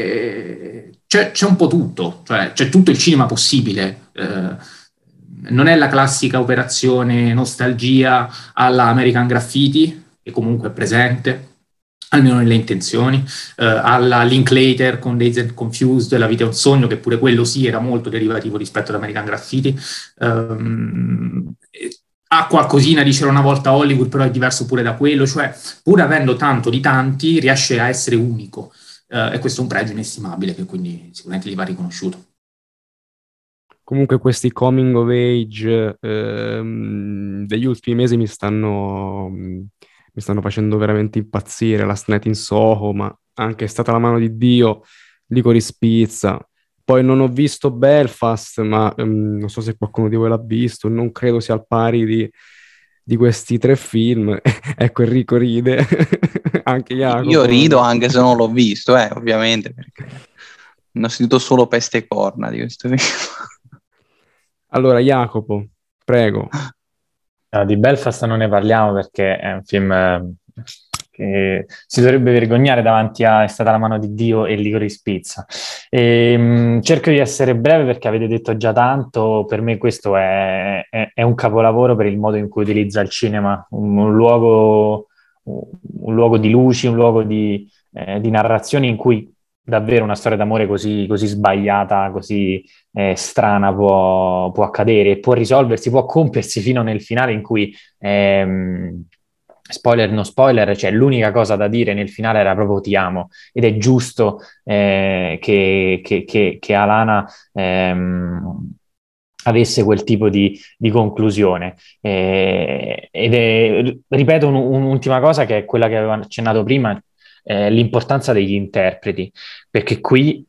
eh, c'è, c'è un po' tutto, cioè c'è tutto il cinema possibile, uh, non è la classica operazione nostalgia alla American Graffiti, che comunque è presente, almeno nelle intenzioni, uh, alla Linklater con Dazed and Confused, La vita è un sogno, che pure quello sì era molto derivativo rispetto ad American Graffiti. Um, ha qualcosina di C'era una volta Hollywood, però è diverso pure da quello, cioè pur avendo tanto di tanti riesce a essere unico. eh, e questo è un pregio inestimabile che quindi sicuramente gli va riconosciuto. Comunque questi coming of age ehm, degli ultimi mesi mi stanno, mi stanno facendo veramente impazzire. Last Night in Soho, ma anche È stata la mano di Dio, Licorice Pizza. Poi non ho visto Belfast, ma ehm, non so se qualcuno di voi l'ha visto, non credo sia al pari di, di questi tre film. Ecco, Enrico ride, anche Io Jacopo. rido anche se non l'ho visto, eh, ovviamente, perché non ho sentito solo peste e corna di questo film. Allora, Jacopo, prego. No, di Belfast non ne parliamo perché è un film eh, che si dovrebbe vergognare davanti a È stata la mano di Dio e Licorice Pizza. E, mh, cerco di essere breve perché avete detto già tanto. Per me questo è, è- è un capolavoro per il modo in cui utilizza il cinema, un, un luogo, un luogo di luci, un luogo di, eh, di narrazione in cui davvero una storia d'amore così, così sbagliata, così eh, strana può, può accadere, può risolversi, può compiersi fino nel finale in cui, ehm, spoiler no spoiler, cioè l'unica cosa da dire nel finale era proprio ti amo, ed è giusto eh, che, che, che, che Alana ehm, avesse quel tipo di, di conclusione. Eh, ed è, ripeto un- un'ultima cosa che è quella che avevo accennato prima, eh, l'importanza degli interpreti, perché qui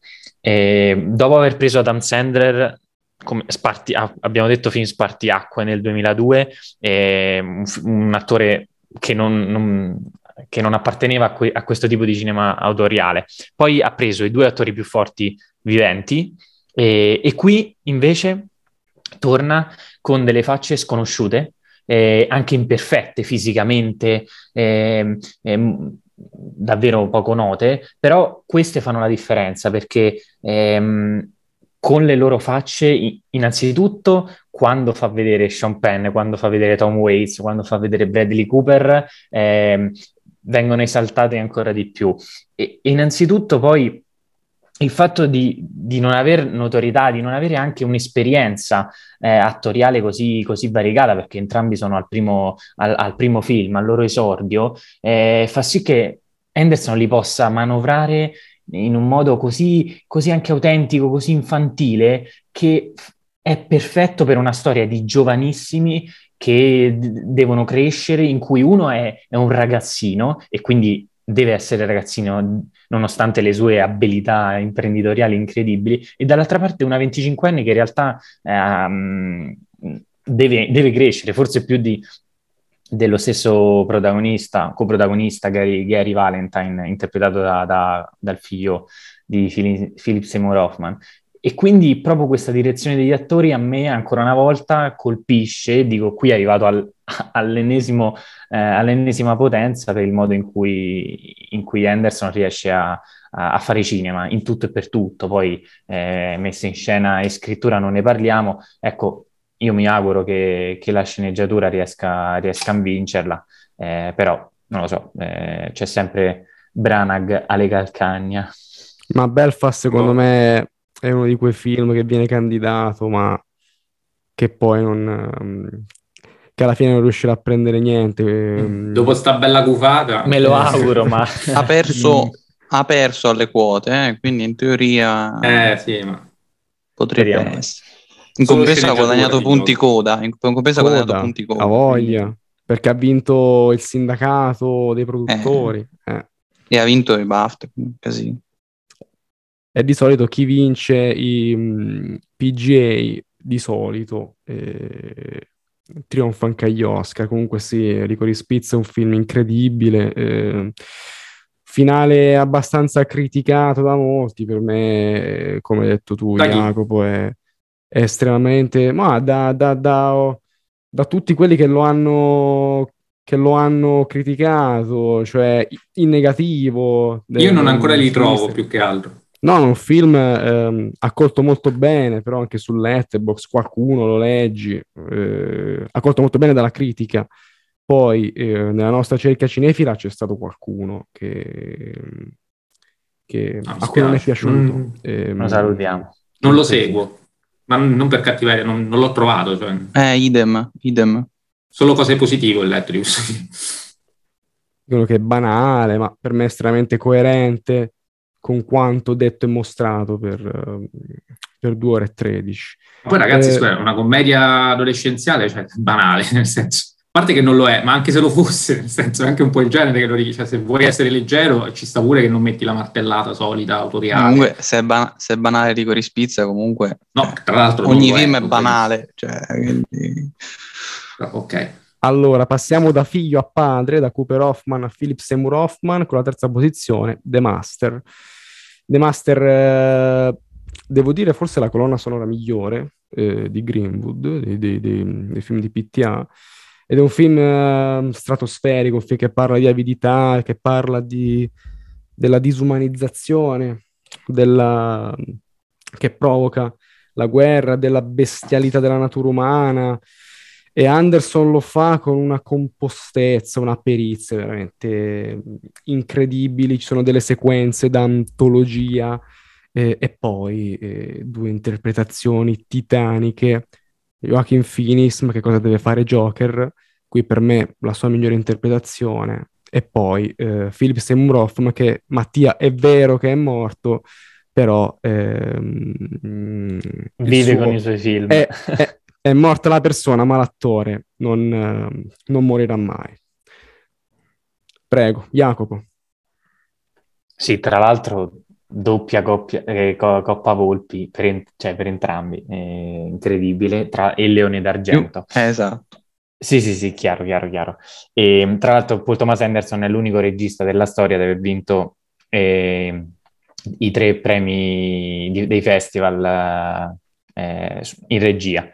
eh, dopo aver preso Adam Sandler, come sparti, ah, abbiamo detto film Spartiacque nel duemiladue, eh, un, un attore che non, non, che non apparteneva a, que- a questo tipo di cinema autoriale. Poi ha preso i due attori più forti viventi, e, e qui invece torna con delle facce sconosciute, eh, anche imperfette fisicamente, ehm, ehm, davvero poco note, però queste fanno la differenza perché ehm, con le loro facce, innanzitutto, quando fa vedere Sean Penn, quando fa vedere Tom Waits, quando fa vedere Bradley Cooper, ehm, vengono esaltate ancora di più. E, e innanzitutto poi il fatto di, di non avere notorietà, di non avere anche un'esperienza eh, attoriale così, così variegata, perché entrambi sono al primo, al, al primo film, al loro esordio, eh, fa sì che Henderson li possa manovrare in un modo così, così anche autentico, così infantile, che è perfetto per una storia di giovanissimi che d- devono crescere, in cui uno è, è un ragazzino e quindi deve essere ragazzino nonostante le sue abilità imprenditoriali incredibili, e dall'altra parte una venticinquenne che in realtà ehm, deve, deve crescere, forse più di, dello stesso protagonista, coprotagonista Gary, Gary Valentine, interpretato da, da, dal figlio di Philip, Philip Seymour Hoffman. E quindi proprio questa direzione degli attori a me ancora una volta colpisce, dico qui è arrivato al, all'ennesimo, eh, all'ennesima potenza per il modo in cui, in cui Henderson riesce a, a, a fare cinema, in tutto e per tutto, poi eh, messa in scena e scrittura non ne parliamo, ecco, io mi auguro che, che la sceneggiatura riesca, riesca a vincerla, eh, però non lo so, eh, c'è sempre Branagh alle calcagna. Ma Belfast secondo Oh. me è uno di quei film che viene candidato, ma che poi non... ehm, che alla fine non riuscirà a prendere niente. ehm. Dopo sta bella gufata. Me lo eh, auguro, ma... Ha perso, ha perso alle quote, eh, quindi in teoria Eh sì, ma potrebbe Speriamo. essere. In solo compenso ha sceneggiatura guadagnato di punti gioco. coda, in compenso ha guadagnato Coda, punti a coda. voglia, quindi- perché ha vinto il sindacato dei produttori. eh. E ha vinto il BAFTA, quindi casino. E di solito chi vince i mh, P G A di solito eh, trionfa anche agli Oscar. Comunque sì, Licorice Pizza è un film incredibile, eh, finale abbastanza criticato da molti. Per me, eh, come hai detto tu, Da chi? Jacopo, è, è estremamente... Ma da, da, da, da tutti quelli che lo hanno... che lo hanno criticato, cioè in negativo. Io de- non ancora del li film trovo stesso. più che altro. No, è un film ehm, accolto molto bene, però anche su Letterboxd qualcuno lo leggi, eh, accolto molto bene dalla critica. Poi eh, nella nostra cerchia cinefila c'è stato qualcuno che, che- No, mi a cui non è spiace. piaciuto. Non, Ehm, Lo salutiamo. non lo sì, sì. seguo, ma non per cattiveria, non, non l'ho trovato. Cioè, Eh, idem, idem. solo cose positive ho letto di questo. Dicono che è banale, ma per me è estremamente coerente con quanto detto e mostrato per, uh, per due ore e tredici. Poi ragazzi, Eh, scusa, una commedia adolescenziale, cioè banale, nel senso, a parte che non lo è, ma anche se lo fosse, nel senso è anche un po' il genere che lo dice, cioè se vuoi essere leggero ci sta pure che non metti la martellata solita, autoriale. Comunque, se è, ba- se è banale Rico Rispizza, comunque No, cioè, tra l'altro ogni non lo film è, è, banale. Cioè, quindi... Ok. Allora, passiamo da figlio a padre, da Cooper Hoffman a Philip Seymour Hoffman, con la terza posizione, The Master. The Master, eh, devo dire, forse la colonna sonora migliore eh, di Greenwood, dei, dei- dei- dei film di P T A, ed è un film eh, stratosferico, un film che parla di avidità, che parla di, della disumanizzazione, della, che provoca la guerra, della bestialità della natura umana. E Anderson lo fa con una compostezza, una perizia veramente incredibili. Ci sono delle sequenze da antologia eh, e poi eh, due interpretazioni titaniche. Joaquin Phoenix, ma che cosa deve fare Joker? Qui per me la sua migliore interpretazione. E poi eh, Philip Seymour Hoffman, che Mattia è vero che è morto, però ehm, il Vive suo con i suoi film. è, è- è morta la persona, ma l'attore non, eh, non morirà mai. Prego, Jacopo. Sì, tra l'altro doppia coppia, eh, co- Coppa Volpi per, en- cioè, per entrambi, eh, incredibile, tra e Leone Io- d'Argento. eh, esatto. Sì, sì, sì, chiaro, chiaro, chiaro. E, tra l'altro Paul Thomas Anderson è l'unico regista della storia ad aver vinto eh, i tre premi di- dei festival eh, in regia.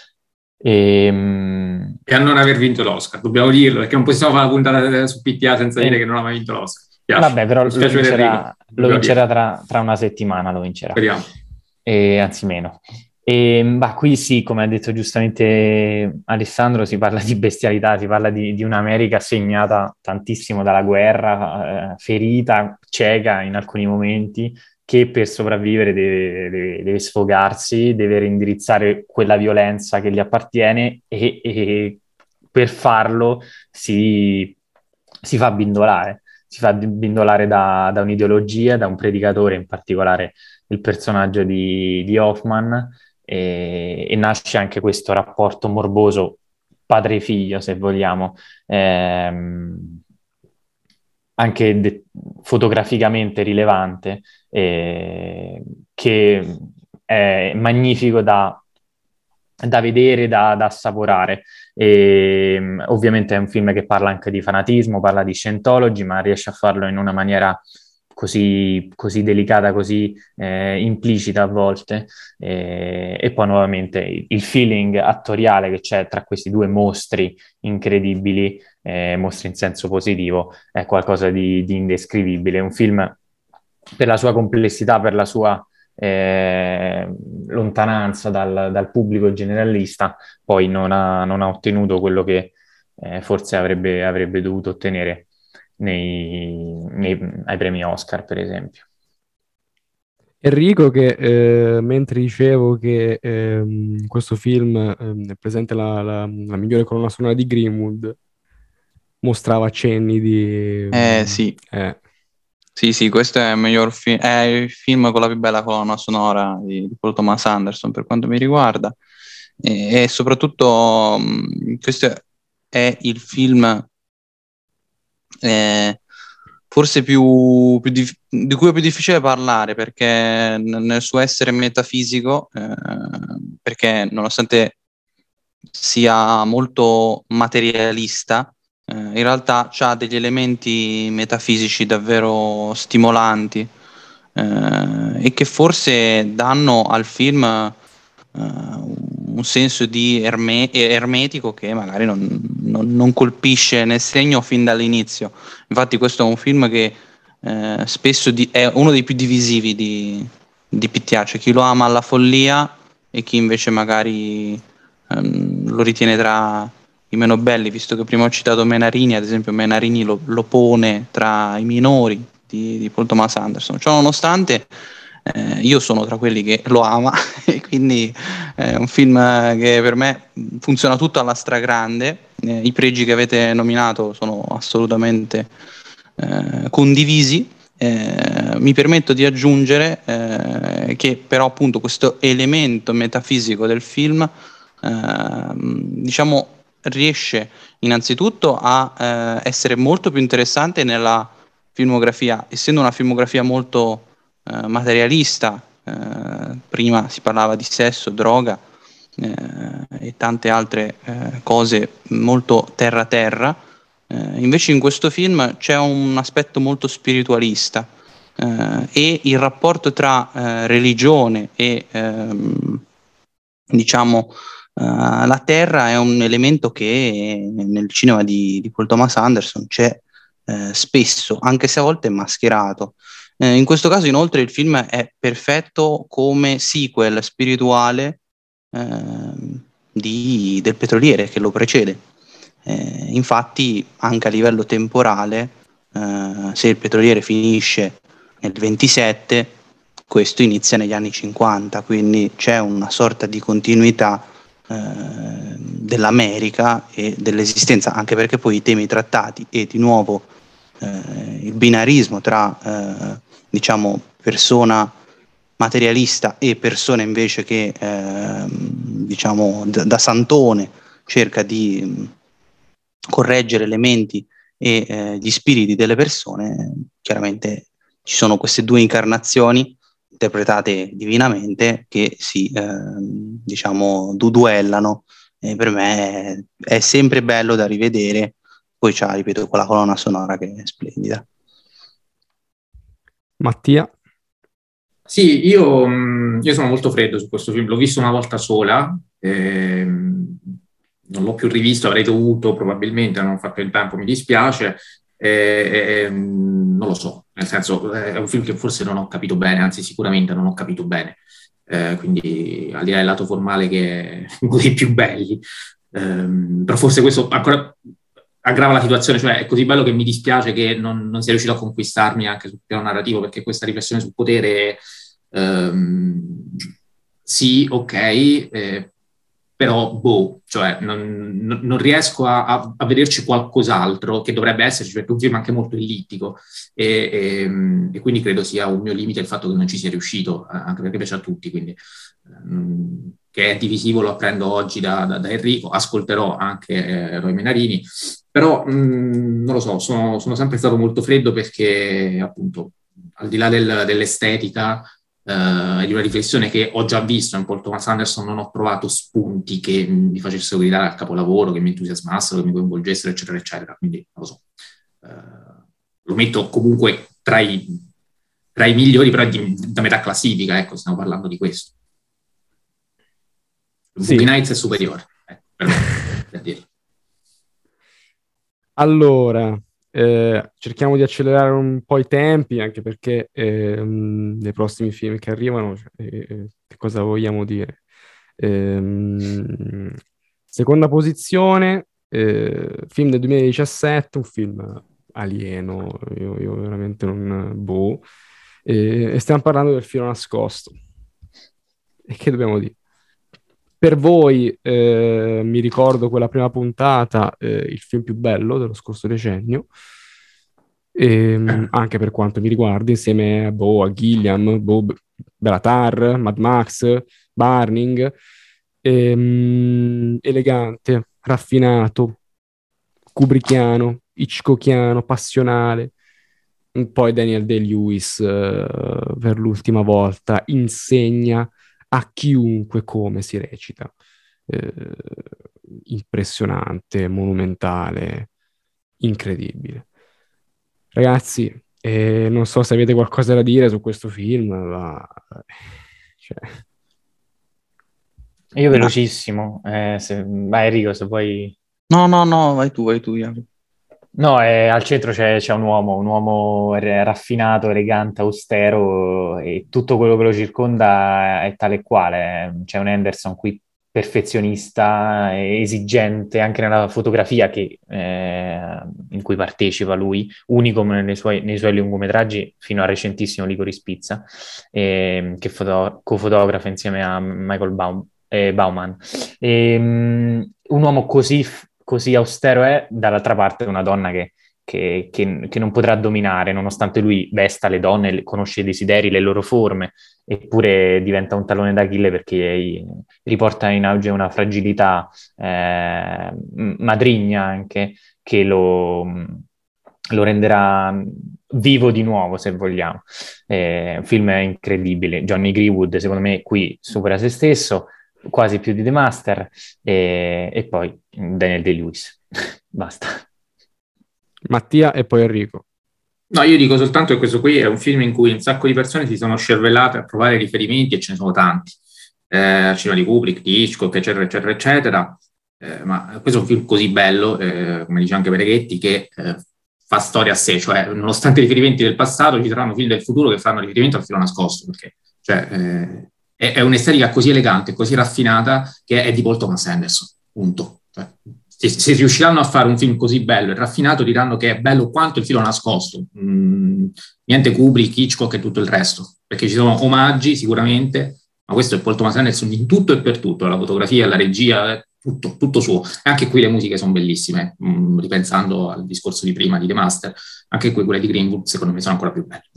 E, E a non aver vinto l'Oscar, dobbiamo dirlo, perché non possiamo fare la puntata su P T A senza dire e- che non ha mai vinto l'Oscar. Mi spiace. Vabbè, però Mi lo spiace per Enrico, vincerà, lo dobbiamo vincerà dirlo. tra, tra una settimana, lo vincerà. Speriamo. E, anzi meno. E, bah, qui sì, come ha detto giustamente Alessandro, si parla di bestialità, si parla di, di un'America segnata tantissimo dalla guerra, eh, ferita, cieca in alcuni momenti, che per sopravvivere deve, deve- deve sfogarsi, deve reindirizzare quella violenza che gli appartiene e, e per farlo si, si fa bindolare, si fa bindolare da, da un'ideologia, da un predicatore, in particolare il personaggio di, di Hoffman, e, e nasce anche questo rapporto morboso padre-figlio, se vogliamo, ehm, anche de- fotograficamente rilevante, eh, che è magnifico da, da vedere, da, da assaporare. E, mh, ovviamente è un film che parla anche di fanatismo, parla di Scientology, ma riesce a farlo in una maniera così, così delicata, così eh, implicita a volte. E, e poi nuovamente il, il feeling attoriale che c'è tra questi due mostri incredibili, eh, mostri in senso positivo, è qualcosa di, di indescrivibile. Un film per la sua complessità, per la sua eh, lontananza dal, dal pubblico generalista, poi non ha, non ha ottenuto quello che eh, forse avrebbe, avrebbe dovuto ottenere nei, nei- ai premi Oscar, per esempio. Enrico, che eh, mentre dicevo che ehm, in questo film ehm, è presente la, la- la migliore colonna sonora di Greenwood, mostrava accenni di... Eh, mm, sì. eh, Sì, sì, questo è il miglior film, è il film con la più bella colonna sonora di, di Paul Thomas Anderson per quanto mi riguarda. E, e soprattutto mh, questo è il film eh, forse più, più dif- di cui è più difficile parlare perché n- nel suo essere metafisico, eh, perché nonostante sia molto materialista, eh, in realtà ha degli elementi metafisici davvero stimolanti, eh, e che forse danno al film eh, un senso di erme- ermetico che magari non, non- non colpisce nel segno fin dall'inizio. Infatti questo è un film che eh, spesso di- è uno dei più divisivi di, di P T A, cioè chi lo ama alla follia e chi invece magari ehm, lo ritiene tra i meno belli, visto che prima ho citato Menarini, ad esempio Menarini lo, lo pone tra i minori di, di Paul Thomas Anderson. Ciò nonostante, eh, io sono tra quelli che lo ama e quindi è un film che per me funziona tutto alla stragrande. Eh, I pregi che avete nominato sono assolutamente eh, condivisi. Eh, mi permetto di aggiungere eh, che però appunto questo elemento metafisico del film eh, diciamo riesce innanzitutto a eh, essere molto più interessante nella filmografia, essendo una filmografia molto eh, materialista. Eh, prima si parlava di sesso, droga eh, e tante altre eh, cose molto terra-terra. Eh, invece in questo film c'è un aspetto molto spiritualista eh, e il rapporto tra eh, religione e ehm, diciamo eh, la terra è un elemento che nel cinema di, di Paul Thomas Anderson c'è eh, spesso, anche se a volte è mascherato. Eh, in questo caso inoltre il film è perfetto come sequel spirituale ehm, di- del petroliere che lo precede. Eh, infatti, anche a livello temporale, eh, se il petroliere finisce nel ventisette, questo inizia negli anni cinquanta, quindi c'è una sorta di continuità eh, dell'America e dell'esistenza, anche perché poi i temi trattati e di nuovo eh, il binarismo tra eh, diciamo persona materialista e persona invece che eh, diciamo da, da santone cerca di mh, correggere le menti e eh, gli spiriti delle persone. Chiaramente ci sono queste due incarnazioni interpretate divinamente che si eh, diciamo du- duellano e per me è, è sempre bello da rivedere. Poi c'ha, ripeto, quella colonna sonora che è splendida. Mattia? Sì, io, mh, io sono molto freddo su questo film, l'ho visto una volta sola, ehm, non l'ho più rivisto, avrei dovuto probabilmente, non ho fatto in tempo, mi dispiace, eh, ehm, non lo so, nel senso è un film che forse non ho capito bene, anzi sicuramente non ho capito bene, eh, quindi al di là del lato formale che è uno dei più belli, ehm, però forse questo ancora aggrava la situazione, cioè è così bello che mi dispiace che non, non sia riuscito a conquistarmi anche sul piano narrativo, perché questa riflessione sul potere, ehm, sì, ok, eh, però boh, cioè non, non- non riesco a, a- a vederci qualcos'altro che dovrebbe esserci, perché è un film anche molto ellittico e, e- e quindi credo sia un mio limite il fatto che non ci sia riuscito, eh, anche perché piace a tutti, quindi ehm, che è divisivo lo apprendo oggi da, da- da Enrico, ascolterò anche eh, Roy Menarini, però mh, non lo so, sono, sono sempre stato molto freddo perché appunto al di là del- dell'estetica eh, e di una riflessione che ho già visto in Paul Thomas Anderson, non ho trovato spunti che mi facessero gridare al capolavoro, che mi entusiasmassero, che mi coinvolgessero, eccetera, eccetera. Quindi non lo so. Eh, lo metto comunque tra i, tra i migliori, però di, da metà classifica, ecco, stiamo parlando di questo. Sì. Boogie Nights è superiore, ecco, per me, per dirlo. Allora, eh, cerchiamo di accelerare un po' i tempi, anche perché ehm, nei prossimi film che arrivano, cioè, eh, che cosa vogliamo dire? Ehm, seconda posizione, eh, film del duemiladiciassette, un film alieno, io, io veramente non... boh, e, e stiamo parlando del filo nascosto. E che dobbiamo dire? Per voi, eh, mi ricordo quella prima puntata, eh, il film più bello dello scorso decennio, ehm, anche per quanto mi riguarda, insieme a, boh, a Gilliam, boh, Belatar, Mad Max, Burning, ehm, elegante, raffinato, kubrickiano, hitchcockiano, passionale. Poi Daniel Day-Lewis, eh, per l'ultima volta, insegna a chiunque come si recita. Eh, impressionante, monumentale, incredibile. Ragazzi, eh, non so se avete qualcosa da dire su questo film, ma... cioè... Io velocissimo, eh, se... vai Enrico se vuoi... No, no, no, vai tu, vai tu, Jacopo. No, eh, al centro c'è, c'è un uomo, un uomo r- raffinato, elegante, austero e tutto quello che lo circonda è tale e quale. C'è un Henderson qui perfezionista, eh, esigente anche nella fotografia che, eh, in cui partecipa lui, unico nei suoi, nei suoi lungometraggi fino a recentissimo Licorice Pizza, eh, che foto- cofotografa insieme a Michael Baum, eh, Bauman. E, um, un uomo così così austero è, dall'altra parte una donna che che, che, che non potrà dominare, nonostante lui vesta le donne, conosce i desideri, le loro forme, eppure diventa un tallone d'Achille perché riporta in auge una fragilità eh, matrigna anche, che lo, lo renderà vivo di nuovo, se vogliamo. È un film incredibile. Johnny Greenwood, secondo me, qui supera se stesso, quasi più di The Master, e, e poi Daniel Day-Lewis. Basta. Mattia e poi Enrico. No, io dico soltanto che questo qui è un film in cui un sacco di persone si sono scervellate a trovare riferimenti, e ce ne sono tanti. Eh, al cinema di Kubrick, di Hitchcock, eccetera, eccetera, eccetera. Eh, ma questo è un film così bello, eh, come dice anche Pereghetti, che eh, fa storia a sé, cioè nonostante i riferimenti del passato ci saranno film del futuro che fanno riferimento al filo nascosto, perché cioè, eh, è, è un'estetica così elegante, così raffinata, che è di Paul Thomas Anderson, punto. Cioè, se, se riusciranno a fare un film così bello e raffinato diranno che è bello quanto il filo nascosto, mm, niente Kubrick, Hitchcock e tutto il resto, perché ci sono omaggi sicuramente, ma questo è Paul Thomas Anderson in tutto e per tutto, la fotografia, la regia, tutto, tutto suo. E anche qui le musiche sono bellissime, mh, ripensando al discorso di prima di The Master, anche qui quelle di Greenwood secondo me sono ancora più belle.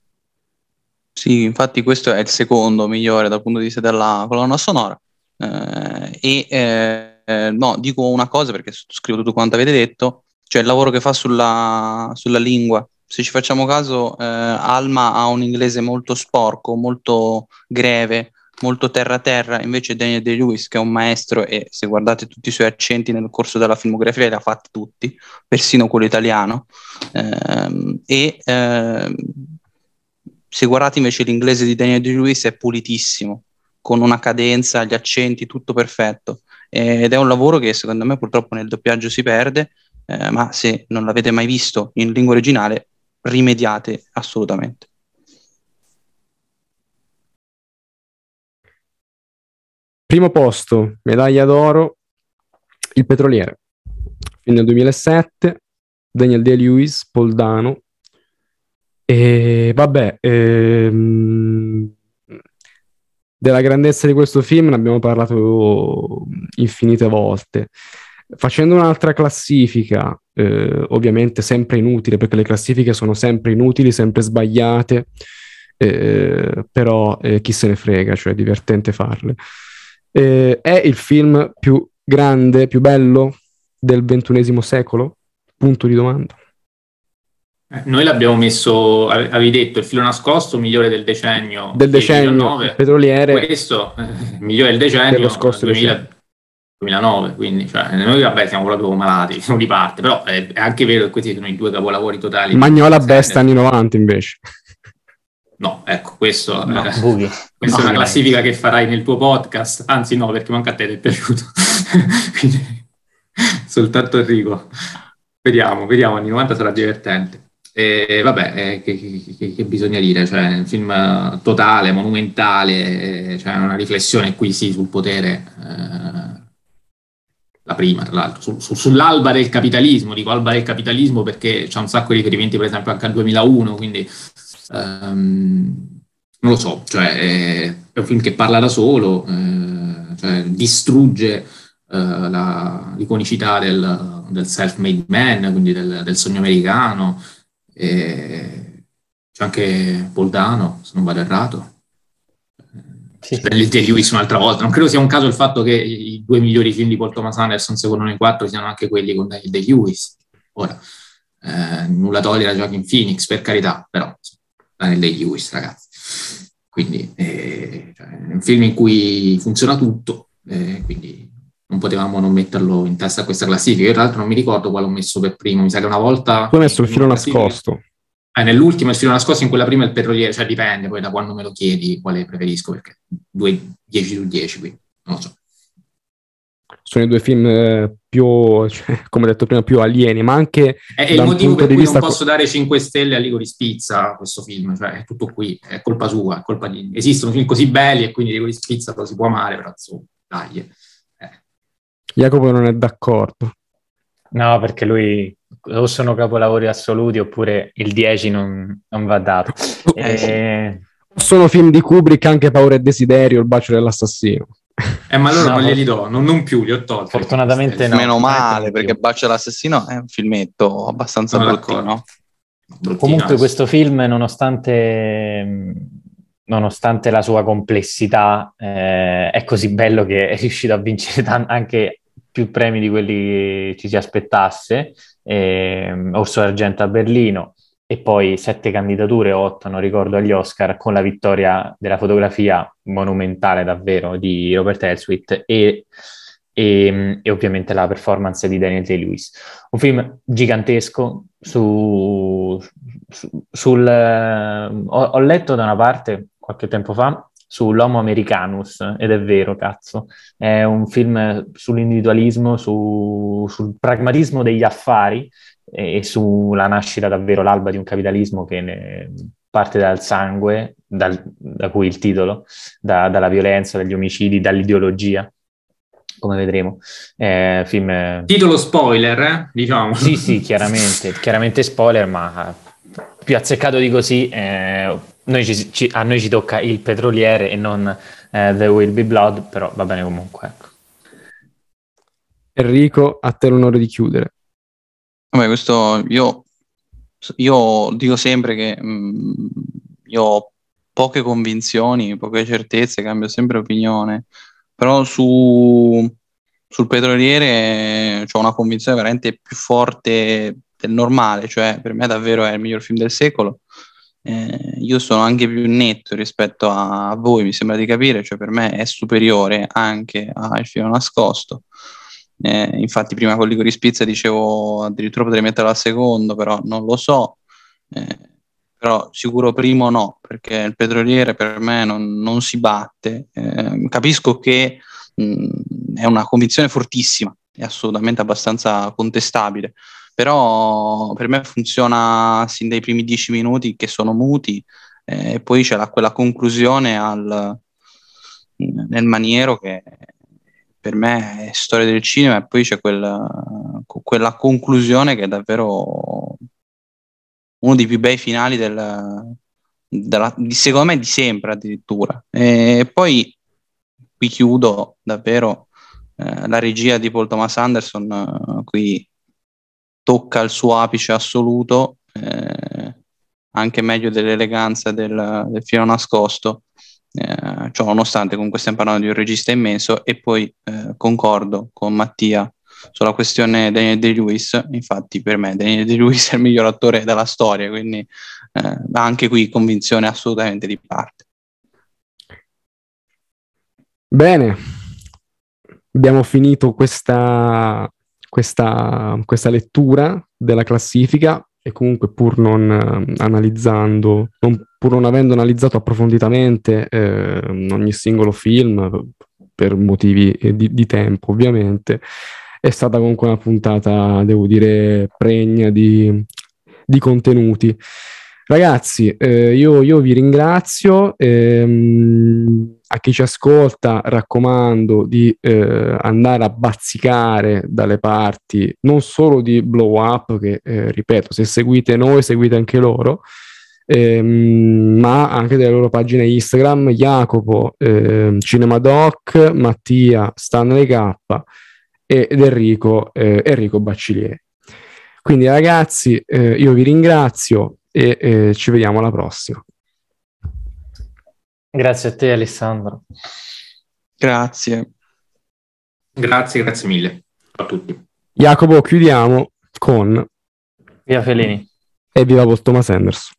Sì, infatti questo è il secondo migliore dal punto di vista della colonna sonora. Eh, e eh, no, dico una cosa perché scrivo tutto quanto avete detto, cioè il lavoro che fa sulla, sulla lingua. Se ci facciamo caso, eh, Alma ha un inglese molto sporco, molto greve, molto terra-terra, invece Daniel Day-Lewis, che è un maestro, e se guardate tutti i suoi accenti nel corso della filmografia li ha fatti tutti, persino quello italiano, ehm, e ehm, se guardate invece l'inglese di Daniel Day-Lewis è pulitissimo, con una cadenza, gli accenti, tutto perfetto, ed è un lavoro che secondo me purtroppo nel doppiaggio si perde, eh, ma se non l'avete mai visto in lingua originale rimediate assolutamente. Primo posto, medaglia d'oro, Il Petroliere, film del duemilasette, Daniel Day-Lewis, Paul Dano, e vabbè, ehm, della grandezza di questo film ne abbiamo parlato infinite volte. Facendo un'altra classifica, eh, ovviamente sempre inutile, perché le classifiche sono sempre inutili, sempre sbagliate, eh, però eh, chi se ne frega, cioè è divertente farle. Eh, è il film più grande, più bello del ventunesimo secolo? Punto di domanda. Eh, noi l'abbiamo messo, avevi detto, il filo nascosto, migliore del decennio. Del decennio, il Petroliere. Questo, eh, migliore del decennio, dello scorso duemila, duemilanove, quindi cioè, noi vabbè siamo proprio malati, siamo di parte, però è, è anche vero che questi sono i due capolavori totali. Magnola Best anni novanta invece. No, ecco, questo, no, eh, buchi. questa no, è una classifica che farai nel tuo podcast, anzi no, perché manca a te ti è piaciuto. Quindi, soltanto Enrico. Vediamo, vediamo, anni novanta sarà divertente. E vabbè, eh, che, che, che bisogna dire? Cioè, un film totale, monumentale, eh, cioè una riflessione qui sì sul potere, eh, la prima tra l'altro, su, su, sull'alba del capitalismo, dico alba del capitalismo perché c'è un sacco di riferimenti per esempio anche al duemilauno, quindi um, non lo so, cioè è, è un film che parla da solo, eh, cioè, distrugge eh, la, l'iconicità del, del self-made man, quindi del, del sogno americano. E c'è anche Paul Dano, se non vado errato, sì, Daniel Day-Lewis un'altra volta. Non credo sia un caso il fatto che i due migliori film di Paul Thomas Anderson secondo noi quattro siano anche quelli con Daniel Day-Lewis. Ora eh, nulla togliere a Joaquin Phoenix, per carità, però Daniel Day-Lewis, ragazzi, quindi eh, cioè, è un film in cui funziona tutto, eh, quindi non potevamo non metterlo in testa a questa classifica. Io tra l'altro non mi ricordo quale ho messo per primo, mi sa che una volta... Tu hai messo il filo nascosto. Eh, nell'ultimo il filo nascosto, in quella prima il Petroliere, cioè dipende poi da quando me lo chiedi quale preferisco, perché due dieci su dieci, quindi non lo so. Sono i due film eh, più, cioè, come ho detto prima, più alieni, ma anche... È, è il motivo per cui non posso co- dare cinque stelle a Ligori Spizza a questo film, cioè è tutto qui, è colpa sua, è colpa di... Esistono film così belli e quindi Ligori Spizza lo si può amare, però insomma, dai... Jacopo non è d'accordo. No, perché lui o sono capolavori assoluti oppure il dieci non, non va dato. Eh, e... Sono film di Kubrick, anche Paura e Desiderio, Il bacio dell'assassino. Eh, ma loro No, non for- glieli do, non, non più, li ho tolti. Fortunatamente Eh, no. Meno male, Anche perché io. Bacia l'assassino è un filmetto abbastanza Sono bruttino. d'accordo. Bruttino Comunque adesso. questo film, nonostante, nonostante la sua complessità, eh, è così bello che è riuscito a vincere tan- anche più premi di quelli che ci si aspettasse. Eh, Orso d'Argento a Berlino e poi sette candidature, otto non ricordo, agli Oscar, con la vittoria della fotografia monumentale davvero di Robert Elswit e, e, e ovviamente la performance di Daniel Day-Lewis. Un film gigantesco su, su- sul... eh, ho, ho letto da una parte qualche tempo fa sull'Homo Americanus, ed è vero, cazzo. È un film sull'individualismo, su- sul pragmatismo degli affari e, e sulla nascita davvero, l'alba di un capitalismo che ne parte dal sangue, dal- da cui il titolo, da- dalla violenza, dagli omicidi, dall'ideologia, come vedremo. È un film... Titolo spoiler, eh? Diciamo. Sì, sì, chiaramente, chiaramente spoiler, ma più azzeccato di così, eh, noi ci- ci- a noi ci tocca Il petroliere e non eh, There Will Be Blood, però va bene comunque, ecco. Enrico, a te l'onore di chiudere. Vabbè, questo io, io dico sempre che mh, io ho poche convinzioni, poche certezze, cambio sempre opinione, però su, sul petroliere ho una convinzione veramente più forte del normale, cioè per me davvero è il miglior film del secolo. Eh, io sono anche più netto rispetto a voi, mi sembra di capire, cioè per me è superiore anche a Il filo nascosto. Eh, infatti prima con Ligori Spizza dicevo addirittura potrei metterlo al secondo, però non lo so. Eh, però sicuro primo no, perché il petroliere per me non, non si batte. Eh, capisco che mh, è una convinzione fortissima, è assolutamente abbastanza contestabile, però per me funziona sin dai primi dieci minuti che sono muti, eh, e poi c'è la, quella conclusione al, nel maniero che per me è storia del cinema, e poi c'è quella, quella conclusione che è davvero uno dei più bei finali del, della, di, secondo me di sempre addirittura. E poi qui chiudo davvero, eh, la regia di Paul Thomas Anderson eh, qui tocca il suo apice assoluto, eh, anche meglio dell'eleganza del, del filo nascosto, eh, cioè, nonostante comunque stiamo parlando di un regista immenso. E poi eh, concordo con Mattia sulla questione Daniel Day-Lewis, infatti per me Daniel Day-Lewis è il miglior attore della storia, quindi eh, anche qui convinzione assolutamente di parte. Bene, abbiamo finito questa, questa, questa lettura della classifica e comunque pur non eh, analizzando, non, pur non avendo analizzato approfonditamente eh, ogni singolo film per motivi di, di tempo ovviamente, è stata comunque una puntata, devo dire, pregna di, di contenuti. Ragazzi, eh, io, io vi ringrazio. Ehm, a chi ci ascolta raccomando di eh, andare a bazzicare dalle parti non solo di Blow Up, che eh, ripeto, se seguite noi seguite anche loro, ehm, ma anche delle loro pagine Instagram, Jacopo eh, Cinemadoc, Mattia Stanley K ed Enrico, eh, Enrico Baccilieri. Quindi ragazzi, eh, io vi ringrazio e eh, ci vediamo alla prossima. Grazie a te, Alessandro. Grazie. Grazie, grazie mille a tutti. Jacopo, chiudiamo con Via Fellini. E viva Paul Thomas Anderson.